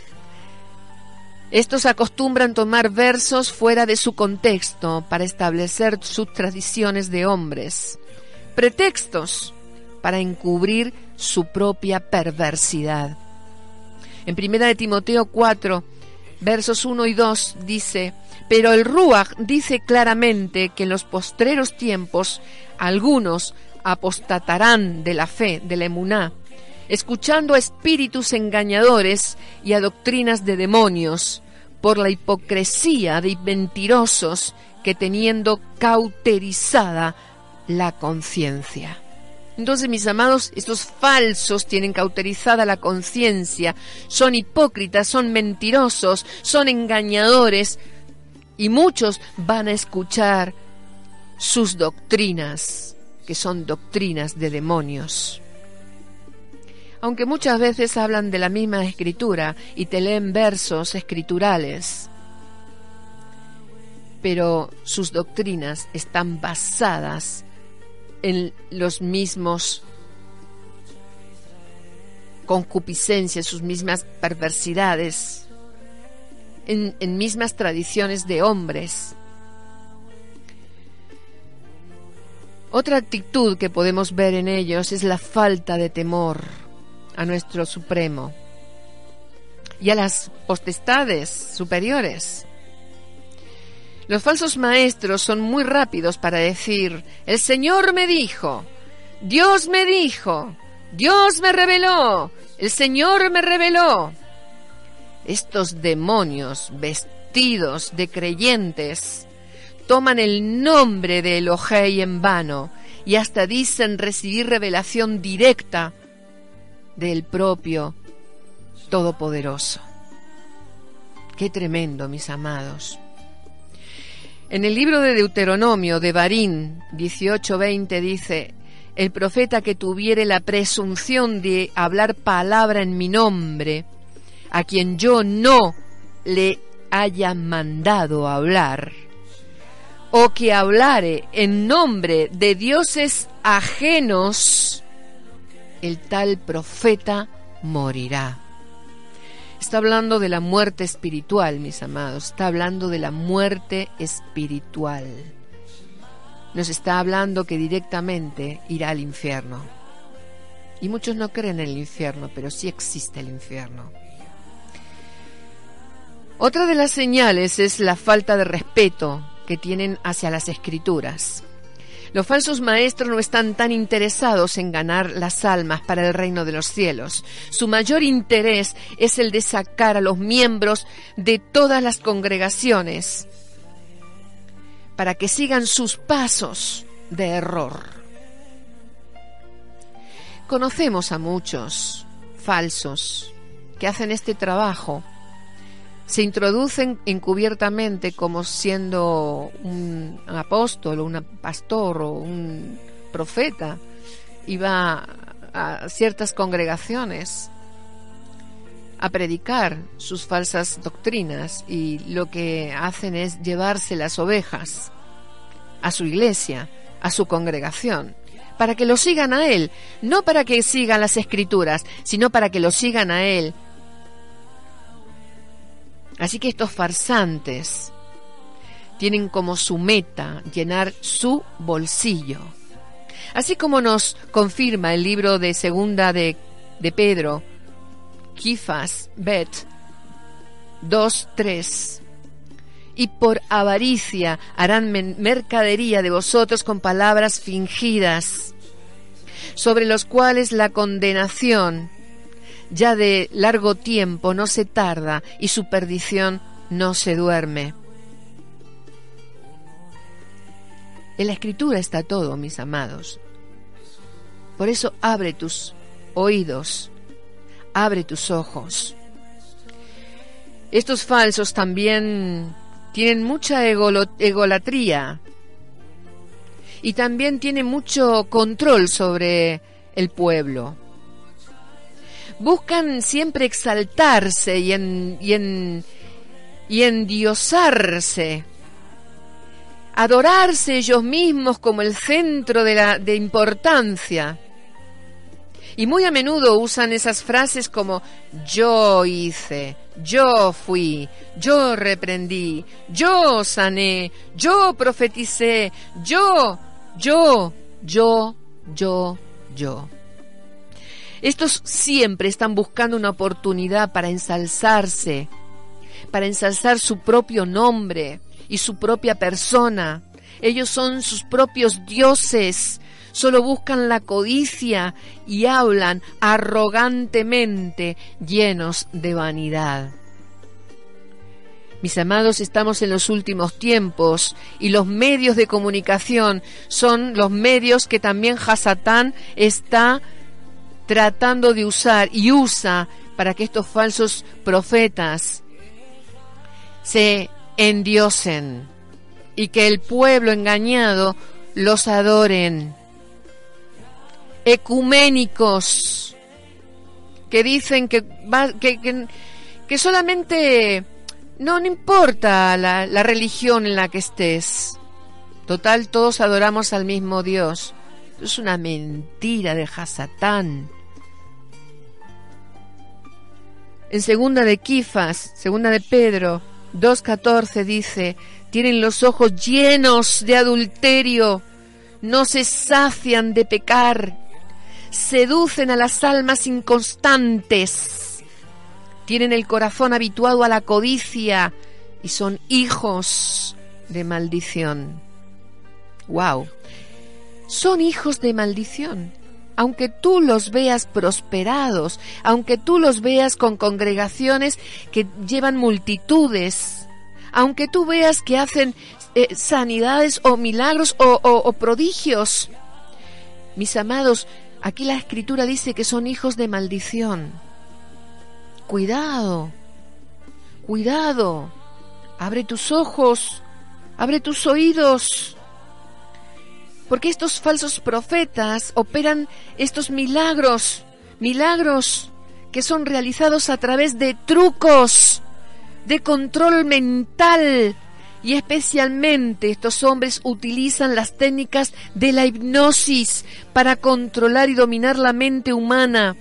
Estos acostumbran tomar versos fuera de su contexto para establecer sus tradiciones de hombres, pretextos para encubrir su propia perversidad. En primera de Timoteo cuatro, versos uno y dos dice: pero el Ruach dice claramente que en los postreros tiempos algunos apostatarán de la fe, de la emuná, escuchando a espíritus engañadores y a doctrinas de demonios, por la hipocresía de mentirosos que teniendo cauterizada la conciencia. Entonces, mis amados, estos falsos tienen cauterizada la conciencia, son hipócritas, son mentirosos, son engañadores, y muchos van a escuchar sus doctrinas, que son doctrinas de demonios. Aunque muchas veces hablan de la misma escritura y te leen versos escriturales, pero sus doctrinas están basadas en los mismos concupiscencias, sus mismas perversidades, en, en mismas tradiciones de hombres. Otra actitud que podemos ver en ellos es la falta de temor a nuestro Supremo y a las potestades superiores. Los falsos maestros son muy rápidos para decir: el Señor me dijo, Dios me dijo, Dios me reveló, el Señor me reveló. Estos demonios vestidos de creyentes toman el nombre de Elohei en vano y hasta dicen recibir revelación directa del propio Todopoderoso. ¡Qué tremendo, mis amados! En el libro de Deuteronomio, de Barín dieciocho veinte, dice: el profeta que tuviere la presunción de hablar palabra en mi nombre, a quien yo no le haya mandado hablar, o que hablare en nombre de dioses ajenos, el tal profeta morirá. Está hablando de la muerte espiritual, mis amados. Está hablando de la muerte espiritual. Nos está hablando que directamente irá al infierno. Y muchos no creen en el infierno, pero sí existe el infierno. Otra de las señales es la falta de respeto que tienen hacia las Escrituras. Los falsos maestros no están tan interesados en ganar las almas para el reino de los cielos. Su mayor interés es el de sacar a los miembros de todas las congregaciones para que sigan sus pasos de error. Conocemos a muchos falsos que hacen este trabajo. Se introducen encubiertamente como siendo un apóstol o un pastor o un profeta y va a ciertas congregaciones a predicar sus falsas doctrinas, y lo que hacen es llevarse las ovejas a su iglesia, a su congregación, para que lo sigan a él, no para que sigan las Escrituras, sino para que lo sigan a él. Así que estos farsantes tienen como su meta llenar su bolsillo. Así como nos confirma el libro de Segunda de, de Pedro, Kifas, Bet, dos, tres. Y por avaricia harán mercadería de vosotros con palabras fingidas, sobre los cuales la condenación ya de largo tiempo no se tarda y su perdición no se duerme. En la Escritura está todo, mis amados. Por eso abre tus oídos, abre tus ojos. Estos falsos también tienen mucha egolo- egolatría y también tienen mucho control sobre el pueblo. buscan siempre exaltarse y, en, y, en, y endiosarse, adorarse ellos mismos como el centro de, la, de importancia. Y muy a menudo usan esas frases como yo hice, yo fui, yo reprendí, yo sané, yo profeticé, yo, yo, yo, yo, yo. Estos siempre están buscando una oportunidad para ensalzarse, para ensalzar su propio nombre y su propia persona. Ellos son sus propios dioses. Solo buscan la codicia y hablan arrogantemente, llenos de vanidad. Mis amados, estamos en los últimos tiempos y los medios de comunicación son los medios que también Hasatán está tratando de usar y usa para que estos falsos profetas se endiosen y que el pueblo engañado los adoren. Ecuménicos que dicen que, va, que, que, que solamente no, no importa la, la religión en la que estés, total todos adoramos al mismo Dios. Es una mentira de Hasatán. En segunda de Quifas, segunda de Pedro dos catorce dice: tienen los ojos llenos de adulterio, no se sacian de pecar, seducen a las almas inconstantes, tienen el corazón habituado a la codicia y son hijos de maldición. ¡Wow! Son hijos de maldición. Aunque tú los veas prosperados, aunque tú los veas con congregaciones que llevan multitudes, aunque tú veas que hacen eh, sanidades o milagros o, o, o prodigios, mis amados, aquí la Escritura dice que son hijos de maldición. Cuidado, cuidado, abre tus ojos, abre tus oídos, porque estos falsos profetas operan estos milagros, milagros que son realizados a través de trucos, de control mental, y especialmente estos hombres utilizan las técnicas de la hipnosis para controlar y dominar la mente humana.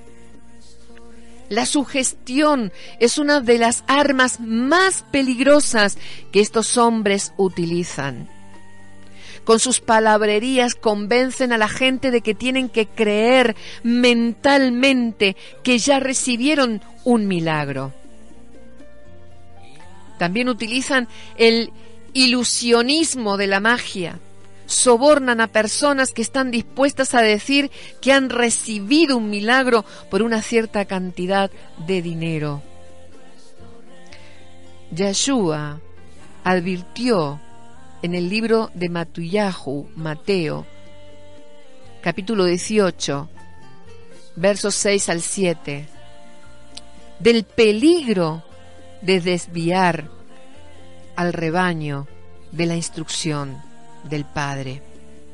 La sugestión es una de las armas más peligrosas que estos hombres utilizan. Con sus palabrerías convencen a la gente de que tienen que creer mentalmente que ya recibieron un milagro. También utilizan el ilusionismo de la magia. Sobornan a personas que están dispuestas a decir que han recibido un milagro por una cierta cantidad de dinero. Yeshua advirtió en el libro de Matullahu, Mateo, capítulo dieciocho, versos seis al siete, del peligro de desviar al rebaño de la instrucción del Padre.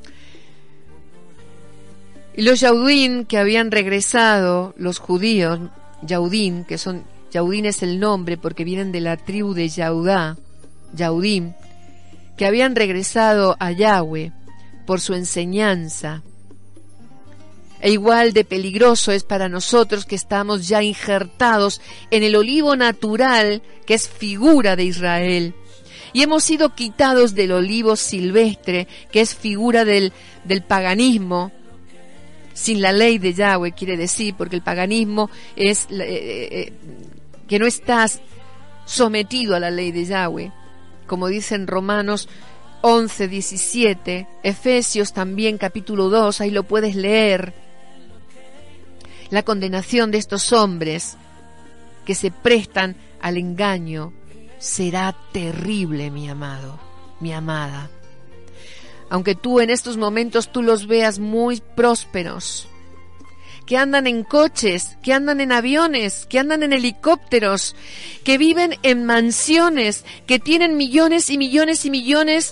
Y los Yaudín que habían regresado, los judíos, Yaudín, que son, Yaudín es el nombre porque vienen de la tribu de Yaudá, Yaudín, que habían regresado a Yahweh por su enseñanza. E igual de peligroso es para nosotros que estamos ya injertados en el olivo natural, que es figura de Israel, y hemos sido quitados del olivo silvestre, que es figura del, del paganismo, sin la ley de Yahweh, quiere decir, porque el paganismo es eh, eh, que no estás sometido a la ley de Yahweh, como dicen Romanos once, diecisiete, Efesios también capítulo dos, ahí lo puedes leer. La condenación de estos hombres que se prestan al engaño será terrible, mi amado, mi amada. Aunque tú en estos momentos tú los veas muy prósperos, que andan en coches, que andan en aviones, que andan en helicópteros, que viven en mansiones, que tienen millones y millones y millones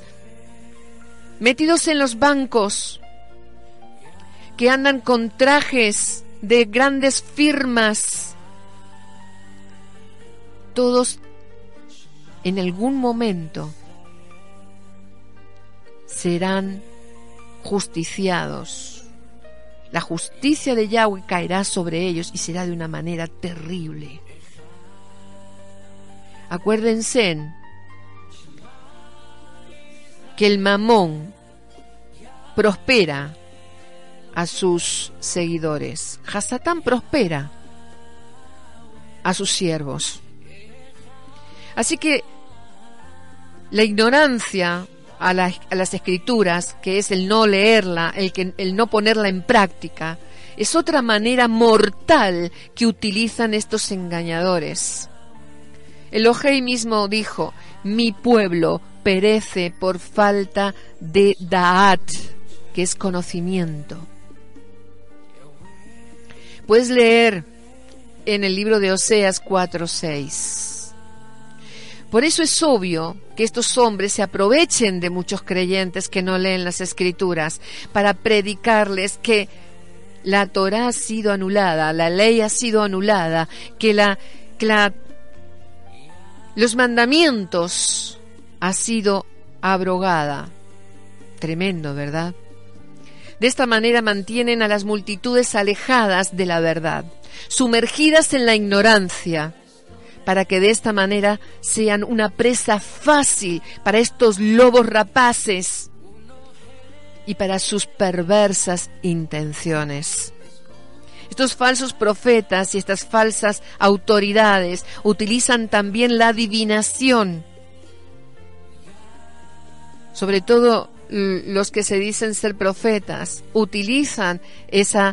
metidos en los bancos, que andan con trajes de grandes firmas, todos en algún momento serán justiciados. La justicia de Yahweh caerá sobre ellos y será de una manera terrible. Acuérdense que el mamón prospera a sus seguidores. Hasatán prospera a sus siervos. Así que la ignorancia a, la, a las escrituras, que es el no leerla, el, que, el no ponerla en práctica, es otra manera mortal que utilizan estos engañadores. Elohei mismo dijo: mi pueblo perece por falta de Da'at, que es conocimiento. Puedes leer en el libro de Oseas cuatro seis. Por eso es obvio que estos hombres se aprovechen de muchos creyentes que no leen las Escrituras para predicarles que la Torá ha sido anulada, la ley ha sido anulada, que la, que la los mandamientos ha sido abrogada. Tremendo, ¿verdad? De esta manera mantienen a las multitudes alejadas de la verdad, sumergidas en la ignorancia, para que de esta manera sean una presa fácil para estos lobos rapaces y para sus perversas intenciones. Estos falsos profetas y estas falsas autoridades utilizan también la adivinación. Sobre todo los que se dicen ser profetas utilizan esa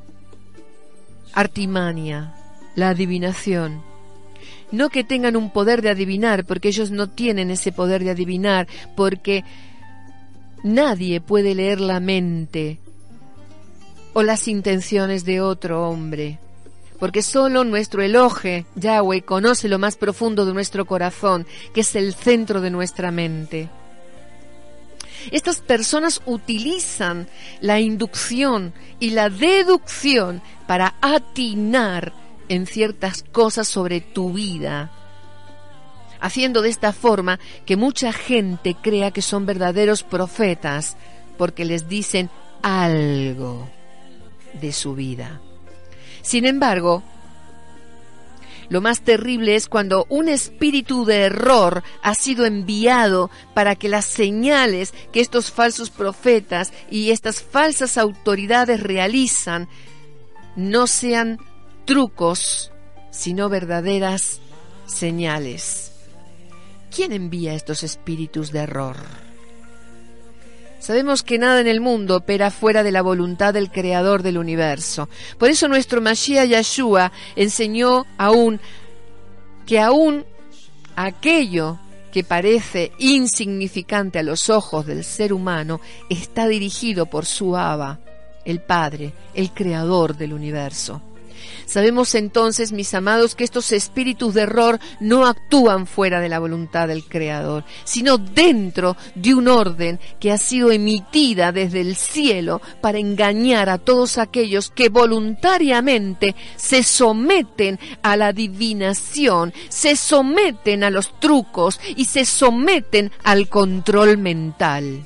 artimaña, la adivinación. No que tengan un poder de adivinar, porque ellos no tienen ese poder de adivinar, porque nadie puede leer la mente o las intenciones de otro hombre, porque solo nuestro Elohe, Yahweh, conoce lo más profundo de nuestro corazón, que es el centro de nuestra mente. Estas personas utilizan la inducción y la deducción para atinar en ciertas cosas sobre tu vida, haciendo de esta forma que mucha gente crea que son verdaderos profetas porque les dicen algo de su vida. Sin embargo, lo más terrible es cuando un espíritu de error ha sido enviado para que las señales que estos falsos profetas y estas falsas autoridades realizan no sean trucos, sino verdaderas señales. ¿Quién envía estos espíritus de error? Sabemos que nada en el mundo opera fuera de la voluntad del Creador del universo. Por eso nuestro Mashiach Yahshua enseñó aún que aún aquello que parece insignificante a los ojos del ser humano está dirigido por su Abba, el Padre, el Creador del universo. Sabemos entonces, mis amados, que estos espíritus de error no actúan fuera de la voluntad del Creador, sino dentro de un orden que ha sido emitida desde el cielo para engañar a todos aquellos que voluntariamente se someten a la adivinación, se someten a los trucos y se someten al control mental.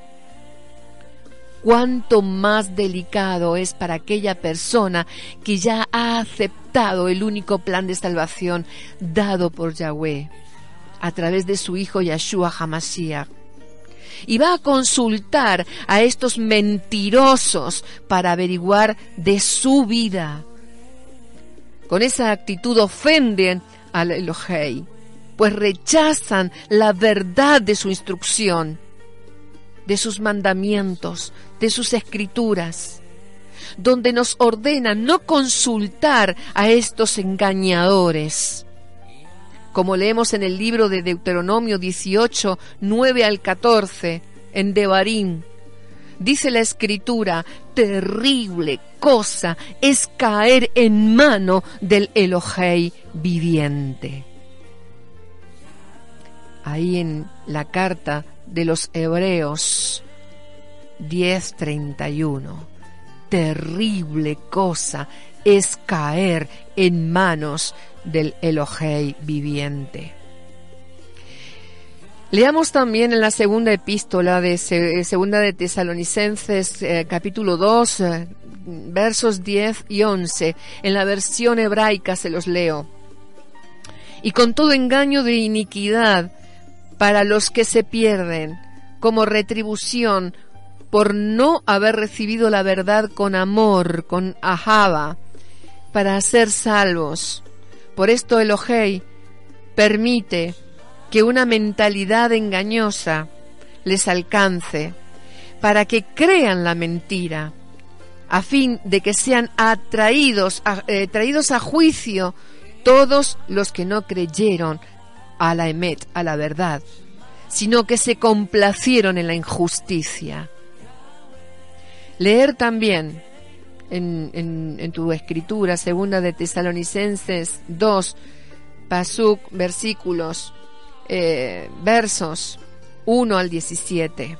Cuánto más delicado es para aquella persona que ya ha aceptado el único plan de salvación dado por Yahweh a través de su Hijo Yahshua HaMashiach, y va a consultar a estos mentirosos para averiguar de su vida. Con esa actitud ofenden al Elohei, pues rechazan la verdad de su instrucción, de sus mandamientos, de sus escrituras, donde nos ordena no consultar a estos engañadores. Como leemos en el libro de Deuteronomio dieciocho, nueve al catorce, en Devarim, dice la escritura: terrible cosa es caer en mano del Elohei viviente. Ahí en la carta de los Hebreos diez treinta y uno. terrible cosa es caer en manos del Elohei viviente. Leamos también en la segunda epístola de segunda de Tesalonicenses, eh, capítulo dos, eh, versos diez y once. En la versión hebraica se los leo. Y con todo engaño de iniquidad para los que se pierden, como retribución por no haber recibido la verdad con amor, con ahava, para ser salvos. Por esto Elohei permite que una mentalidad engañosa les alcance, para que crean la mentira, a fin de que sean atraídos, a, eh, traídos a juicio todos los que no creyeron a la emet, a la verdad, sino que se complacieron en la injusticia. Leer también en, en, en tu escritura, segunda de Tesalonicenses dos, pasuk, versículos, eh, versos uno al diecisiete.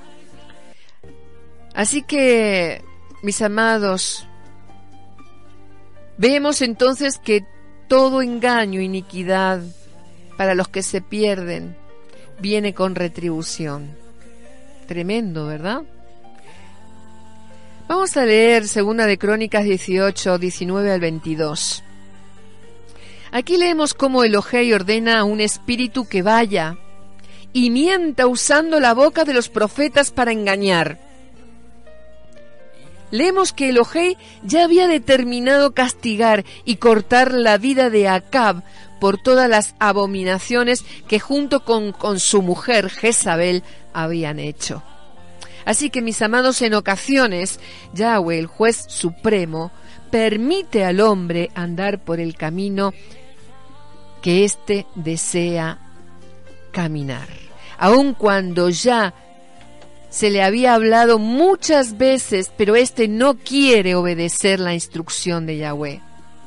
Así que, mis amados, vemos entonces que todo engaño, iniquidad, para los que se pierden, viene con retribución. Tremendo, ¿verdad? Vamos a leer segunda de Crónicas dieciocho, diecinueve al veintidós. Aquí leemos cómo Elohei ordena a un espíritu que vaya y mienta usando la boca de los profetas para engañar. Leemos que Elohei ya había determinado castigar y cortar la vida de Acab por todas las abominaciones que junto con, con su mujer Jezabel habían hecho. Así que, mis amados, en ocasiones Yahweh, el juez supremo, permite al hombre andar por el camino que éste desea caminar, aun cuando ya se le había hablado muchas veces, pero éste no quiere obedecer la instrucción de Yahweh.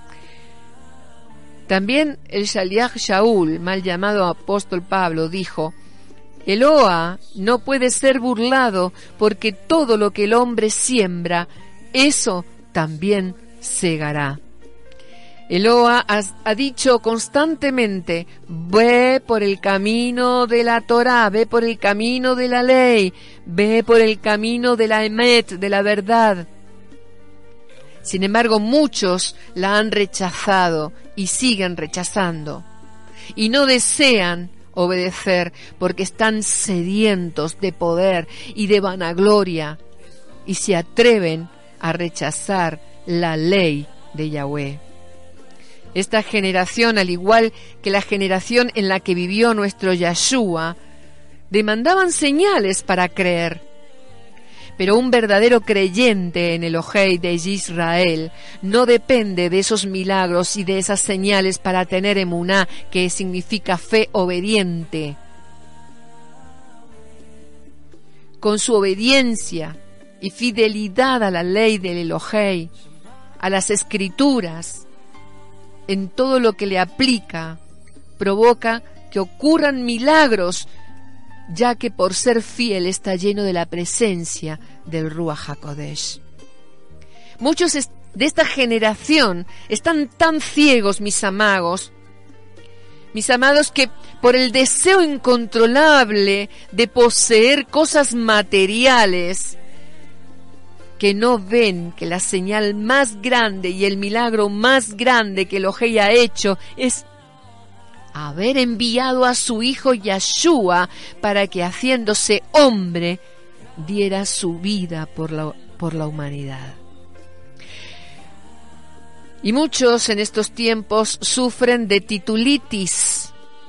También el Shaliach Shaul, mal llamado apóstol Pablo, dijo: Eloa no puede ser burlado, porque todo lo que el hombre siembra, eso también segará. Eloa ha, ha dicho constantemente: ve por el camino de la Torá, ve por el camino de la ley, ve por el camino de la emet, de la verdad. Sin embargo, muchos la han rechazado y siguen rechazando, y no desean obedecer porque están sedientos de poder y de vanagloria, y se atreven a rechazar la ley de Yahweh. Esta generación, al igual que la generación en la que vivió nuestro Yahshua, demandaban señales para creer. Pero un verdadero creyente en Elohei de Israel no depende de esos milagros y de esas señales para tener emuná, que significa fe obediente. Con su obediencia y fidelidad a la ley del Elohei, a las escrituras, en todo lo que le aplica, provoca que ocurran milagros, ya que por ser fiel está lleno de la presencia del Ruach HaKodesh. Muchos de esta generación están tan ciegos, mis amados, mis amados, que por el deseo incontrolable de poseer cosas materiales, que no ven que la señal más grande y el milagro más grande que Elohei ha hecho es haber enviado a su hijo Yahshua para que, haciéndose hombre, diera su vida por la, por la humanidad. Y muchos en estos tiempos sufren de titulitis.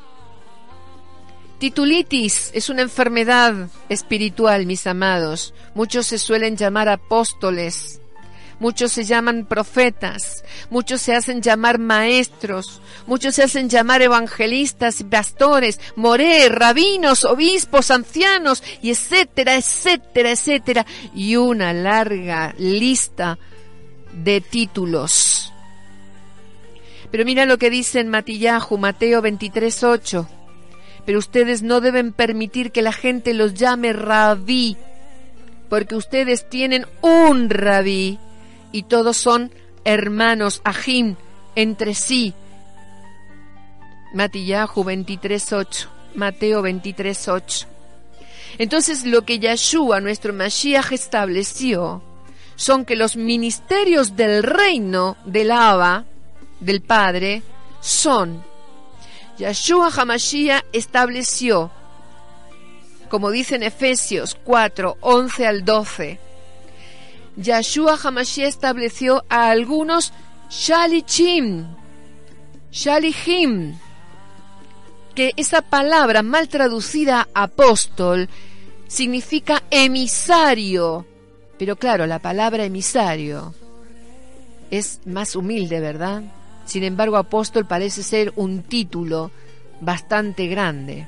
Titulitis es una enfermedad espiritual, mis amados. Muchos se suelen llamar apóstoles, muchos se llaman profetas, muchos se hacen llamar maestros, muchos se hacen llamar evangelistas, pastores, moré, rabinos, obispos, ancianos, y etcétera, etcétera, etcétera, y una larga lista de títulos. Pero mira lo que dice en Matillahu, Mateo veintitrés, ocho. Pero ustedes no deben permitir que la gente los llame rabí, porque ustedes tienen un rabí, y todos son hermanos, ajim, entre sí. Matillahu veintitrés ocho, Mateo veintitrés ocho. Entonces lo que Yeshua, nuestro Mashiach, estableció son que los ministerios del reino del Abba, del Padre, son. Yeshua HaMashiach estableció, como dice en Efesios cuatro, once al doce, Yeshua HaMashiach estableció a algunos Shalichim, Shalihim, que esa palabra mal traducida apóstol significa emisario, pero claro, la palabra emisario es más humilde, ¿verdad? Sin embargo, apóstol parece ser un título bastante grande.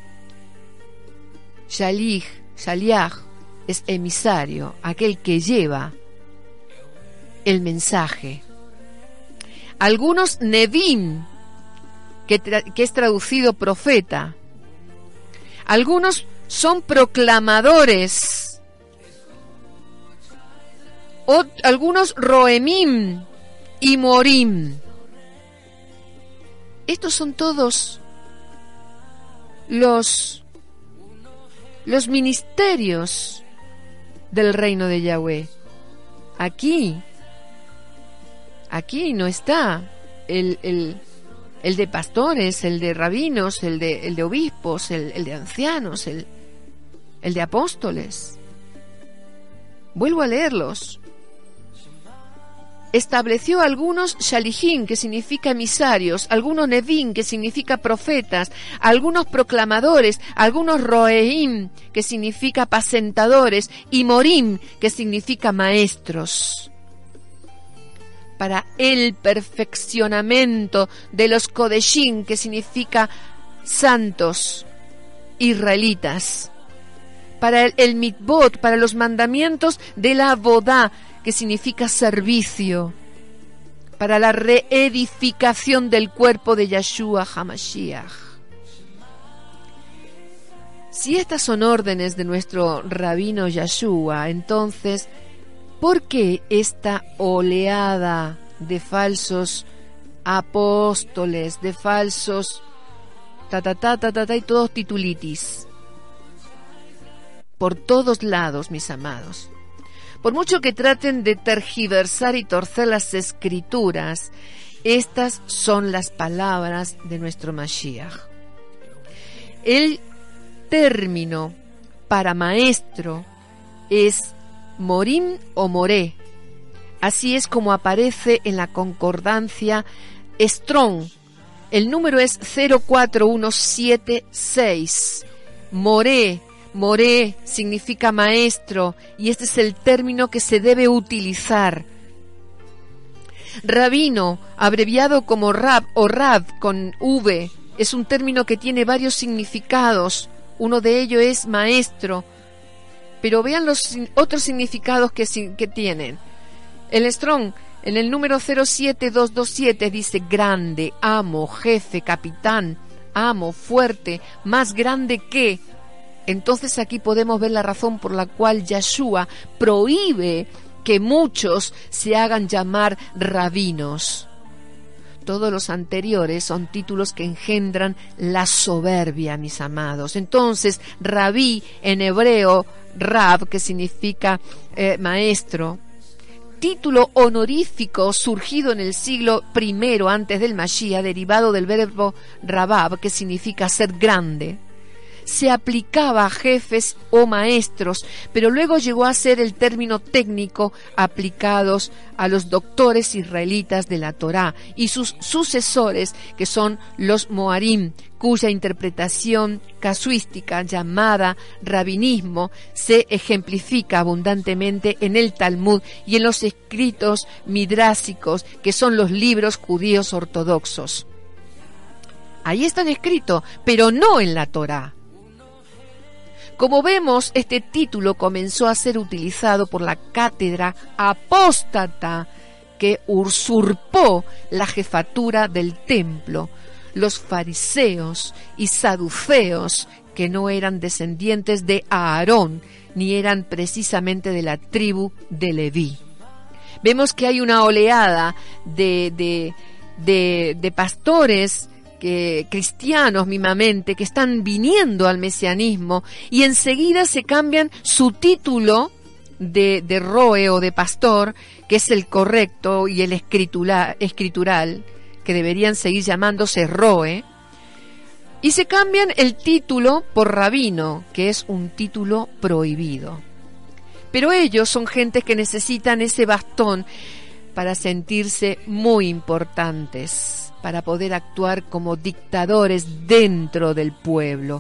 Shalich, Shaliach es emisario, aquel que lleva el mensaje. Algunos Nevim, que, tra- que es traducido profeta. Algunos son proclamadores. O, algunos Roemim y Morim. Estos son todos los, los ministerios del reino de Yahweh. Aquí, aquí no está el, el, el de pastores, el de rabinos, el de, el de obispos, el, el de ancianos, el, el de apóstoles. Vuelvo a leerlos. Estableció algunos Shalihim, que significa emisarios, algunos Nevim, que significa profetas, algunos proclamadores, algunos Roeim, que significa apacentadores, y Morim, que significa maestros. Para el perfeccionamiento de los Kodeshim, que significa santos, israelitas. Para el, el Mitvot, para los mandamientos de la Vodá, que significa servicio, para la reedificación del cuerpo de Yeshua HaMashiach. Si estas son órdenes de nuestro rabino Yeshua, entonces, ¿por qué esta oleada de falsos apóstoles, de falsos ta ta ta ta ta, ta y todos titulitis? Por todos lados, mis amados. Por mucho que traten de tergiversar y torcer las escrituras, estas son las palabras de nuestro Mashiach. El término para maestro es Morim o Moré. Así es como aparece en la concordancia Strong. El número es cero cuatro uno siete seis. Moré. Moré significa maestro, y este es el término que se debe utilizar. Rabino, abreviado como Rab o Rab con V, es un término que tiene varios significados. Uno de ellos es maestro, pero vean los otros significados que, que tienen. El Strong, en el número cero siete dos dos siete, dice grande, amo, jefe, capitán, amo, fuerte, más grande que. Entonces aquí podemos ver la razón por la cual Yeshua prohíbe que muchos se hagan llamar rabinos. Todos los anteriores son títulos que engendran la soberbia, mis amados. Entonces, rabí en hebreo, rab, que significa eh, maestro, título honorífico surgido en el siglo primero antes del Mashiach, derivado del verbo rabab, que significa ser grande. Se aplicaba a jefes o maestros, pero luego llegó a ser el término técnico aplicados a los doctores israelitas de la Torá y sus sucesores, que son los Moarim, cuya interpretación casuística llamada rabinismo se ejemplifica abundantemente en el Talmud y en los escritos midrásicos, que son los libros judíos ortodoxos. Ahí están escritos, pero no en la Torá. Como vemos, este título comenzó a ser utilizado por la cátedra apóstata que usurpó la jefatura del templo, los fariseos y saduceos, que no eran descendientes de Aarón, ni eran precisamente de la tribu de Leví. Vemos que hay una oleada de, de, de, de pastores que, cristianos mismamente que están viniendo al mesianismo y enseguida se cambian su título de, de roe o de pastor, que es el correcto, y el escritura, escritural, que deberían seguir llamándose roe, y se cambian el título por rabino, que es un título prohibido. Pero ellos son gente que necesitan ese bastón para sentirse muy importantes, para poder actuar como dictadores dentro del pueblo.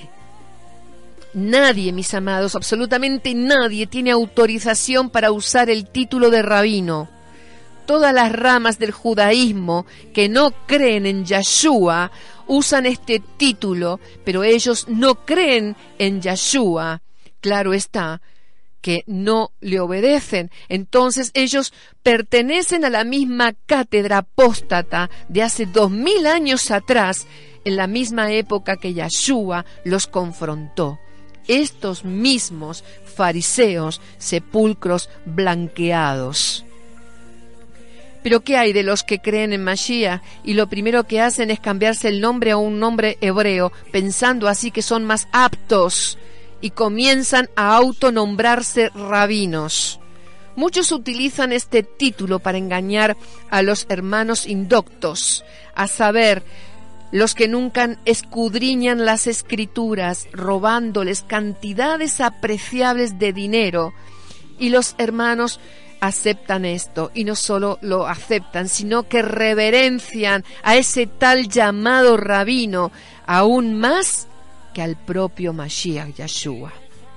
Nadie, mis amados, absolutamente nadie tiene autorización para usar el título de rabino. Todas las ramas del judaísmo que no creen en Yeshua usan este título, pero ellos no creen en Yeshua. Claro está que no le obedecen. Entonces ellos pertenecen a la misma cátedra apóstata de hace dos mil años atrás, en la misma época que Yeshua los confrontó. Estos mismos fariseos, sepulcros blanqueados. Pero ¿qué hay de los que creen en Mashiach y lo primero que hacen es cambiarse el nombre a un nombre hebreo, pensando así que son más aptos, y comienzan a autonombrarse rabinos? Muchos utilizan este título para engañar a los hermanos indoctos, a saber, los que nunca escudriñan las escrituras, robándoles cantidades apreciables de dinero, y los hermanos aceptan esto, y no solo lo aceptan, sino que reverencian a ese tal llamado rabino, aún más que al propio Mashiach Yeshua.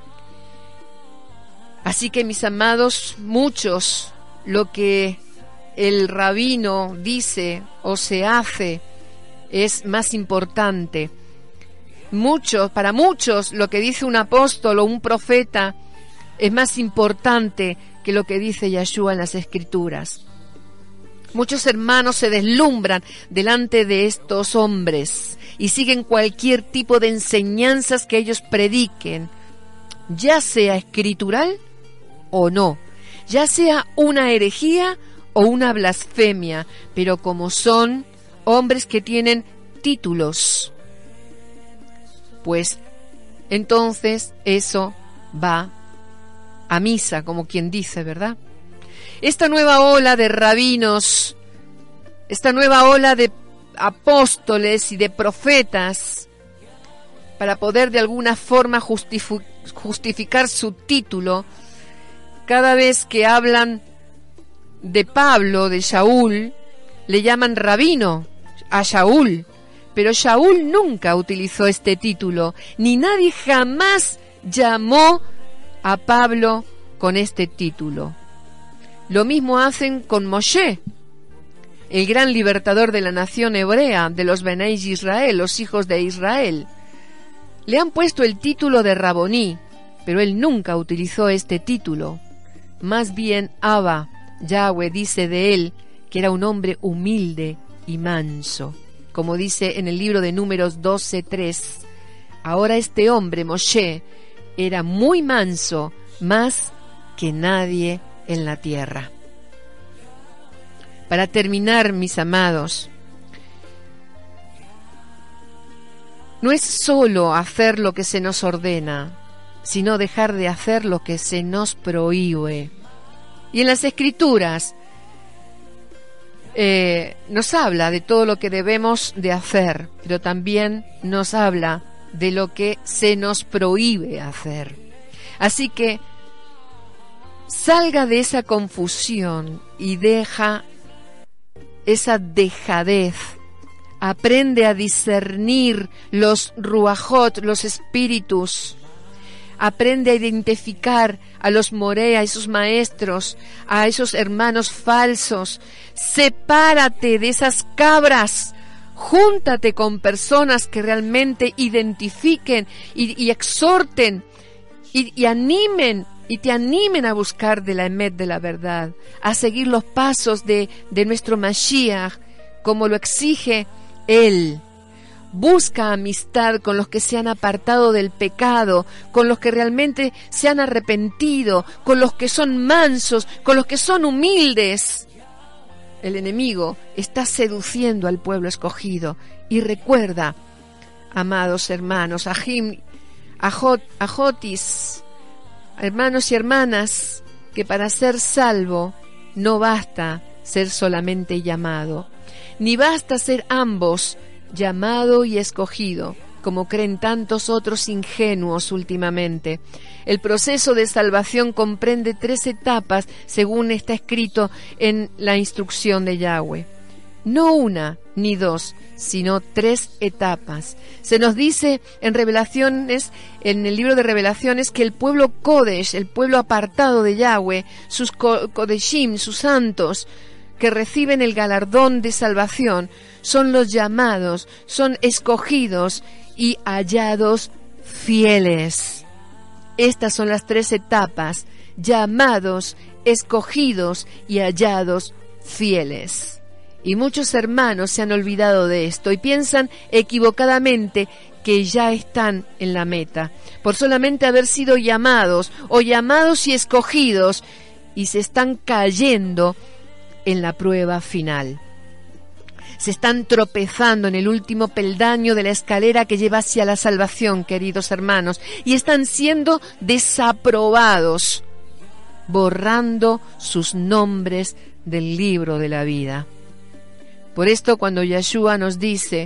Así que, mis amados, muchos, lo que el rabino dice o se hace es más importante. Muchos, para muchos, lo que dice un apóstol o un profeta es más importante que lo que dice Yeshua en las Escrituras. Muchos hermanos se deslumbran delante de estos hombres y siguen cualquier tipo de enseñanzas que ellos prediquen, ya sea escritural o no, ya sea una herejía o una blasfemia, pero como son hombres que tienen títulos, pues entonces eso va a misa, como quien dice, ¿verdad? Esta nueva ola de rabinos, esta nueva ola de apóstoles y de profetas, para poder de alguna forma justific- justificar su título, cada vez que hablan de Pablo, de Shaul, le llaman rabino a Shaul, pero Shaul nunca utilizó este título, ni nadie jamás llamó a Pablo con este título. Lo mismo hacen con Moshe, el gran libertador de la nación hebrea, de los Benei Israel, los hijos de Israel. Le han puesto el título de Raboní, pero él nunca utilizó este título. Más bien, Abba, Yahweh, dice de él que era un hombre humilde y manso, como dice en el libro de Números doce tres. Ahora este hombre, Moshe, era muy manso, más que nadie en la tierra. Para terminar, mis amados, no es solo hacer lo que se nos ordena, sino dejar de hacer lo que se nos prohíbe. Y en las Escrituras eh, nos habla de todo lo que debemos de hacer, pero también nos habla de lo que se nos prohíbe hacer. Así que salga de esa confusión y deja esa dejadez. Aprende a discernir los ruajot, los espíritus. Aprende a identificar a los morea, a esos maestros, a esos hermanos falsos. Sepárate de esas cabras. Júntate con personas que realmente identifiquen y, y exhorten y, y animen y te animen a buscar de la emet de la verdad, a seguir los pasos de, de nuestro Mashiach, como lo exige Él. busca amistad con los que se han apartado del pecado, con los que realmente se han arrepentido, con los que son mansos, con los que son humildes. El enemigo está seduciendo al pueblo escogido. Y recuerda, amados hermanos, Ajim, Ajot, Ajotis, hermanos y hermanas, que para ser salvo no basta ser solamente llamado, ni basta ser ambos, llamado y escogido, como creen tantos otros ingenuos últimamente. El proceso de salvación comprende tres etapas, según está escrito en la instrucción de Yahweh. No una ni dos, sino tres etapas. Se nos dice en Revelaciones, en el libro de Revelaciones, que el pueblo Kodesh, el pueblo apartado de Yahweh, sus Kodeshim, sus santos, que reciben el galardón de salvación, son los llamados, son escogidos y hallados fieles. Estas son las tres etapas: llamados, escogidos y hallados fieles. Y muchos hermanos se han olvidado de esto y piensan equivocadamente que ya están en la meta, por solamente haber sido llamados o llamados y escogidos, y se están cayendo en la prueba final. Se están tropezando en el último peldaño de la escalera que lleva hacia la salvación, queridos hermanos, y están siendo desaprobados, borrando sus nombres del libro de la vida. Por esto, cuando Yeshua nos dice: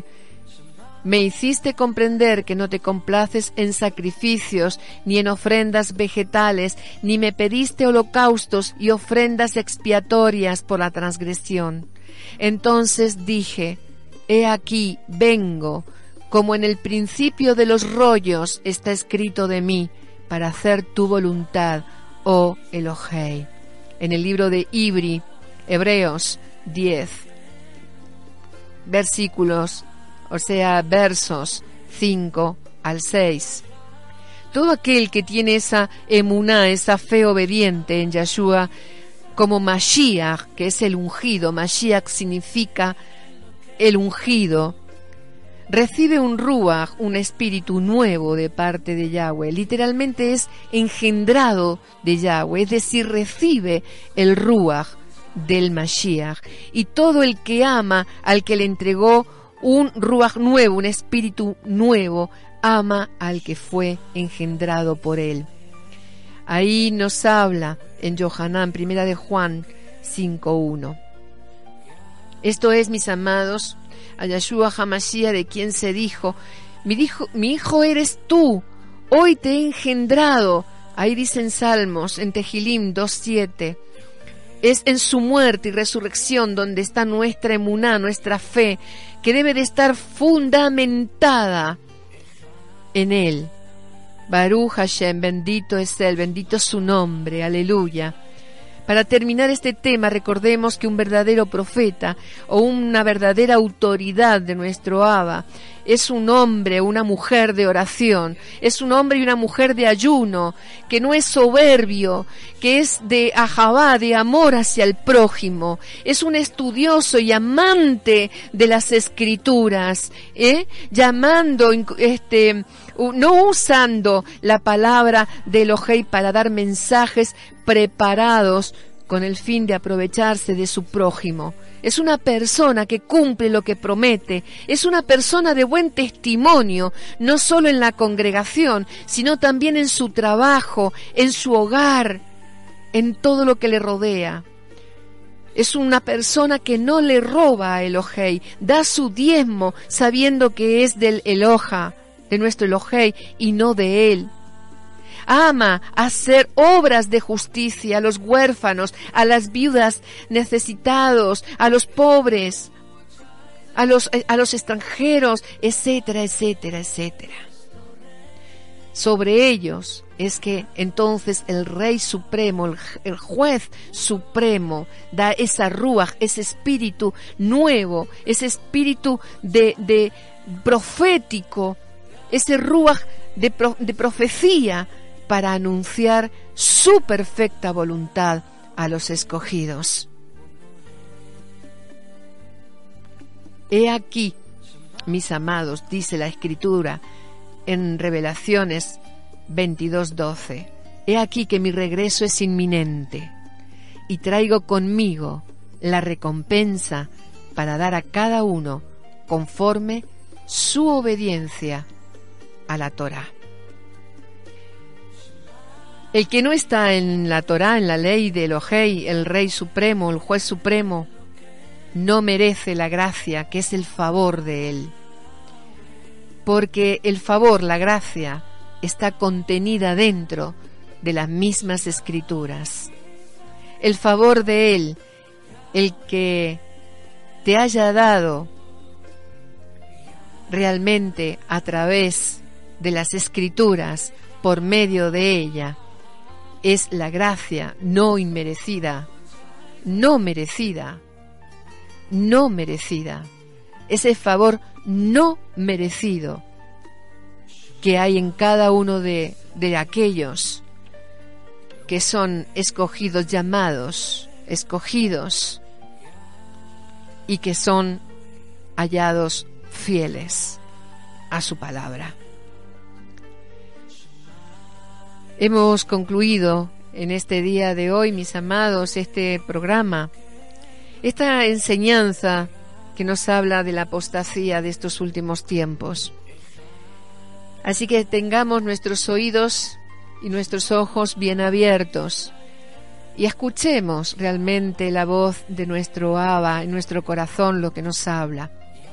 me hiciste comprender que no te complaces en sacrificios, ni en ofrendas vegetales, ni me pediste holocaustos y ofrendas expiatorias por la transgresión. Entonces dije: he aquí, vengo, como en el principio de los rollos está escrito de mí, para hacer tu voluntad, oh Elohei. En el libro de Ibri, Hebreos diez, versículos, o sea, versos cinco al seis. Todo aquel que tiene esa emuná, esa fe obediente en Yeshua, como Mashiach, que es el ungido, Mashiach significa el ungido, recibe un ruach, un espíritu nuevo de parte de Yahweh. Literalmente es engendrado de Yahweh, es decir, recibe el ruach del Mashiach. Y todo el que ama al que le entregó un ruach nuevo, un espíritu nuevo, ama al que fue engendrado por él. Ahí nos habla en Yohanan, primera de Juan cinco uno. Esto es, mis amados, a Yeshua HaMashiach, de quien se dijo: mi hijo, mi hijo eres tú, hoy te he engendrado. Ahí dicen Salmos, en Tehilim dos siete. Es en su muerte y resurrección donde está nuestra emuná, nuestra fe, que debe de estar fundamentada en él. Baruch Hashem, bendito es él, bendito es su nombre, aleluya. Para terminar este tema, recordemos que un verdadero profeta o una verdadera autoridad de nuestro Abba es un hombre o una mujer de oración, es un hombre y una mujer de ayuno, que no es soberbio, que es de ahabá, de amor hacia el prójimo, es un estudioso y amante de las escrituras, ¿eh? llamando, este, no usando la palabra de Elohei para dar mensajes preparados con el fin de aprovecharse de su prójimo. Es una persona que cumple lo que promete, es una persona de buen testimonio, no solo en la congregación, sino también en su trabajo, en su hogar, en todo lo que le rodea. Es una persona que no le roba a Elohei, da su diezmo sabiendo que es del Eloha, de nuestro Elohei, y no de él. Ama hacer obras de justicia a los huérfanos, a las viudas necesitados, a los pobres, a los, a los extranjeros, etcétera, etcétera, etcétera. Sobre ellos es que entonces el Rey Supremo, el, el Juez Supremo, da esa ruaj, ese espíritu nuevo, ese espíritu de, de profético, ese ruaj de, pro, de profecía, para anunciar su perfecta voluntad a los escogidos. He aquí, mis amados, dice la Escritura en Revelaciones veintidós doce. He aquí que mi regreso es inminente y traigo conmigo la recompensa para dar a cada uno conforme su obediencia a la Torá. El que no está en la Torá, en la ley de Elohei, el Rey Supremo, el Juez Supremo, no merece la gracia que es el favor de Él. Porque el favor, la gracia, está contenida dentro de las mismas Escrituras. El favor de Él, el que te haya dado realmente a través de las Escrituras, por medio de ella, es la gracia no inmerecida, no merecida, no merecida, ese favor no merecido que hay en cada uno de, de aquellos que son escogidos, llamados, escogidos, y que son hallados fieles a su palabra. Hemos concluido en este día de hoy, mis amados, este programa, esta enseñanza que nos habla de la apostasía de estos últimos tiempos. Así que tengamos nuestros oídos y nuestros ojos bien abiertos y escuchemos realmente la voz de nuestro Abba en nuestro corazón, lo que nos habla.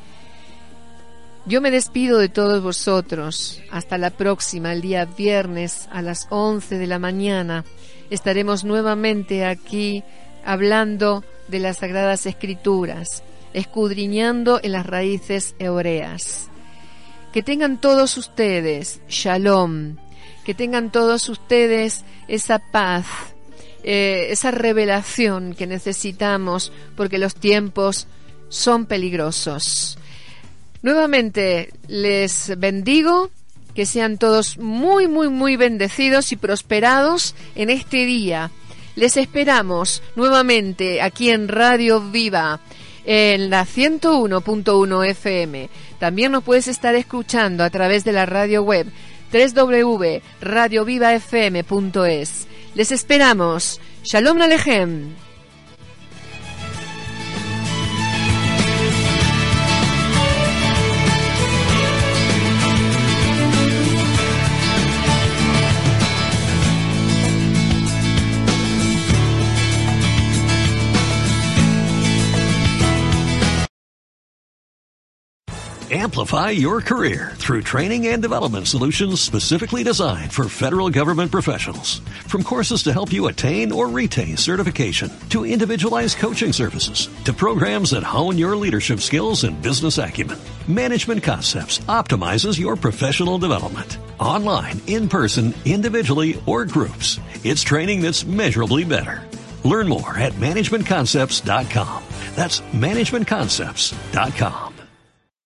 Yo me despido de todos vosotros. Hasta la próxima, el día viernes a las once de la mañana. Estaremos nuevamente aquí hablando de las Sagradas Escrituras, escudriñando en las raíces hebreas. Que tengan todos ustedes shalom, que tengan todos ustedes esa paz, eh, esa revelación que necesitamos, porque los tiempos son peligrosos. Nuevamente les bendigo, que sean todos muy, muy, muy bendecidos y prosperados en este día. Les esperamos nuevamente aquí en Radio Viva, en la ciento uno punto uno F M. También nos puedes estar escuchando a través de la radio web doble u doble u doble u punto radio viva f m punto es. Les esperamos. Shalom Aleichem. Amplify your career through training and development solutions specifically designed for federal government professionals. From courses to help you attain or retain certification, to individualized coaching services, to programs that hone your leadership skills and business acumen, Management Concepts optimizes your professional development. Online, in person, individually, or groups, it's training that's measurably better. Learn more at management concepts dot com. That's management concepts dot com.